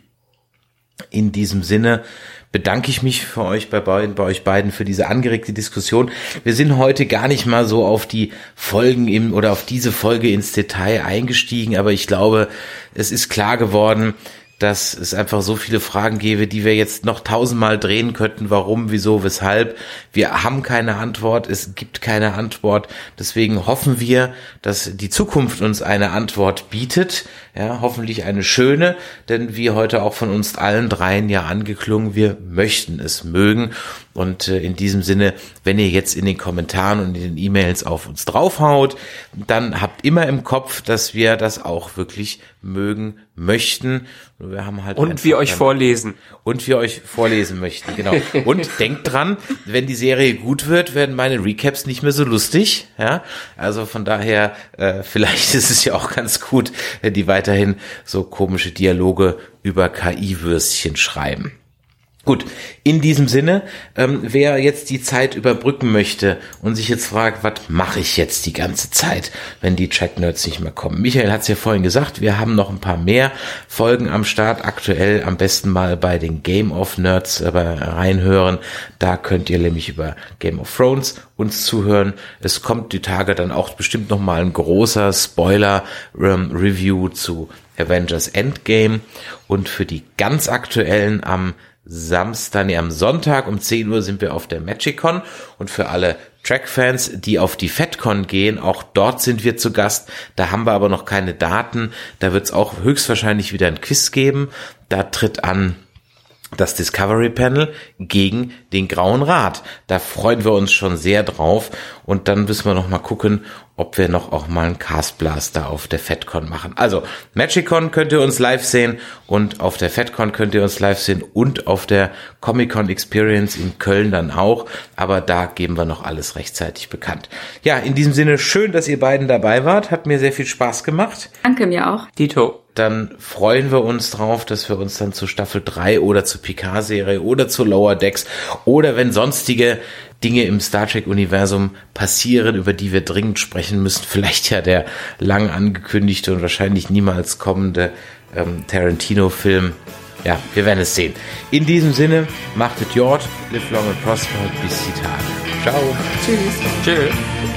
In diesem Sinne bedanke ich mich für euch bei, bei euch beiden für diese angeregte Diskussion. Wir sind heute gar nicht mal so auf die Folgen im oder auf diese Folge ins Detail eingestiegen, aber ich glaube, es ist klar geworden, dass es einfach so viele Fragen gäbe, die wir jetzt noch tausendmal drehen könnten. Warum, wieso, weshalb? Wir haben keine Antwort. Es gibt keine Antwort. Deswegen hoffen wir, dass die Zukunft uns eine Antwort bietet. Ja, hoffentlich eine schöne, denn wie heute auch von uns allen dreien ja angeklungen, wir möchten es mögen. Und äh, in diesem Sinne, wenn ihr jetzt in den Kommentaren und in den E-Mails auf uns draufhaut, dann habt immer im Kopf, dass wir das auch wirklich mögen möchten. Wir haben halt und wir euch vorlesen. Und wir euch vorlesen möchten, genau. Und denkt dran, wenn die Serie gut wird, werden meine Recaps nicht mehr so lustig. Ja, also von daher, äh, vielleicht ist es ja auch ganz gut, wenn die weiterhin so komische Dialoge über K I-Würstchen schreiben. Gut, in diesem Sinne, ähm, wer jetzt die Zeit überbrücken möchte und sich jetzt fragt, was mache ich jetzt die ganze Zeit, wenn die Track-Nerds nicht mehr kommen? Michael hat es ja vorhin gesagt, wir haben noch ein paar mehr Folgen am Start, aktuell am besten mal bei den Game of Nerds äh, reinhören. Da könnt ihr nämlich über Game of Thrones uns zuhören. Es kommt die Tage dann auch bestimmt noch mal ein großer Spoiler-Review ähm, zu Avengers Endgame. Und für die ganz aktuellen am Samstag, nee, am Sonntag um zehn Uhr sind wir auf der MagicCon und für alle Track-Fans, die auf die FatCon gehen, auch dort sind wir zu Gast. Da haben wir aber noch keine Daten. Da wird es auch höchstwahrscheinlich wieder ein Quiz geben. Da tritt an das Discovery Panel gegen den Grauen Rat. Da freuen wir uns schon sehr drauf und dann müssen wir noch mal gucken, ob wir noch auch mal einen Cast Blaster auf der FatCon machen. Also MagicCon könnt ihr uns live sehen und auf der FatCon könnt ihr uns live sehen und auf der Comic-Con Experience in Köln dann auch, aber da geben wir noch alles rechtzeitig bekannt. Ja, in diesem Sinne schön, dass ihr beiden dabei wart, hat mir sehr viel Spaß gemacht. Danke, mir auch. Dito. Dann freuen wir uns drauf, dass wir uns dann zu Staffel drei oder zur Picard-Serie oder zu Lower Decks oder wenn sonstige Dinge im Star Trek-Universum passieren, über die wir dringend sprechen müssen, vielleicht ja der lang angekündigte und wahrscheinlich niemals kommende ähm, Tarantino-Film. Ja, wir werden es sehen. In diesem Sinne, macht es Jord, live long and prosper, bis die Tage. Ciao. Tschüss. Tschüss.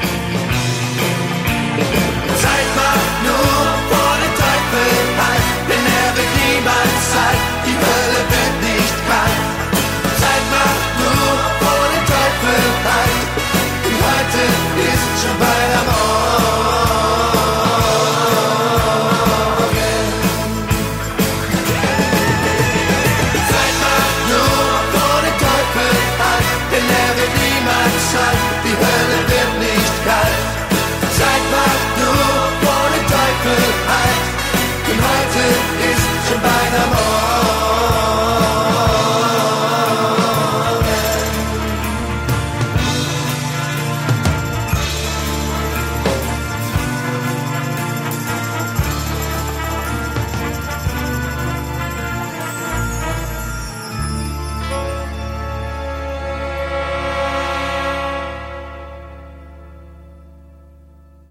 Zeit macht nur vor den Teufel halt, denn er wird niemals alt, die Hölle wird nicht kalt. Zeit macht nur vor den Teufel halt, und heute ist schon bald am Morgen. Zeit macht nur vor den Teufel halt, denn er wird niemals alt, die Hölle wird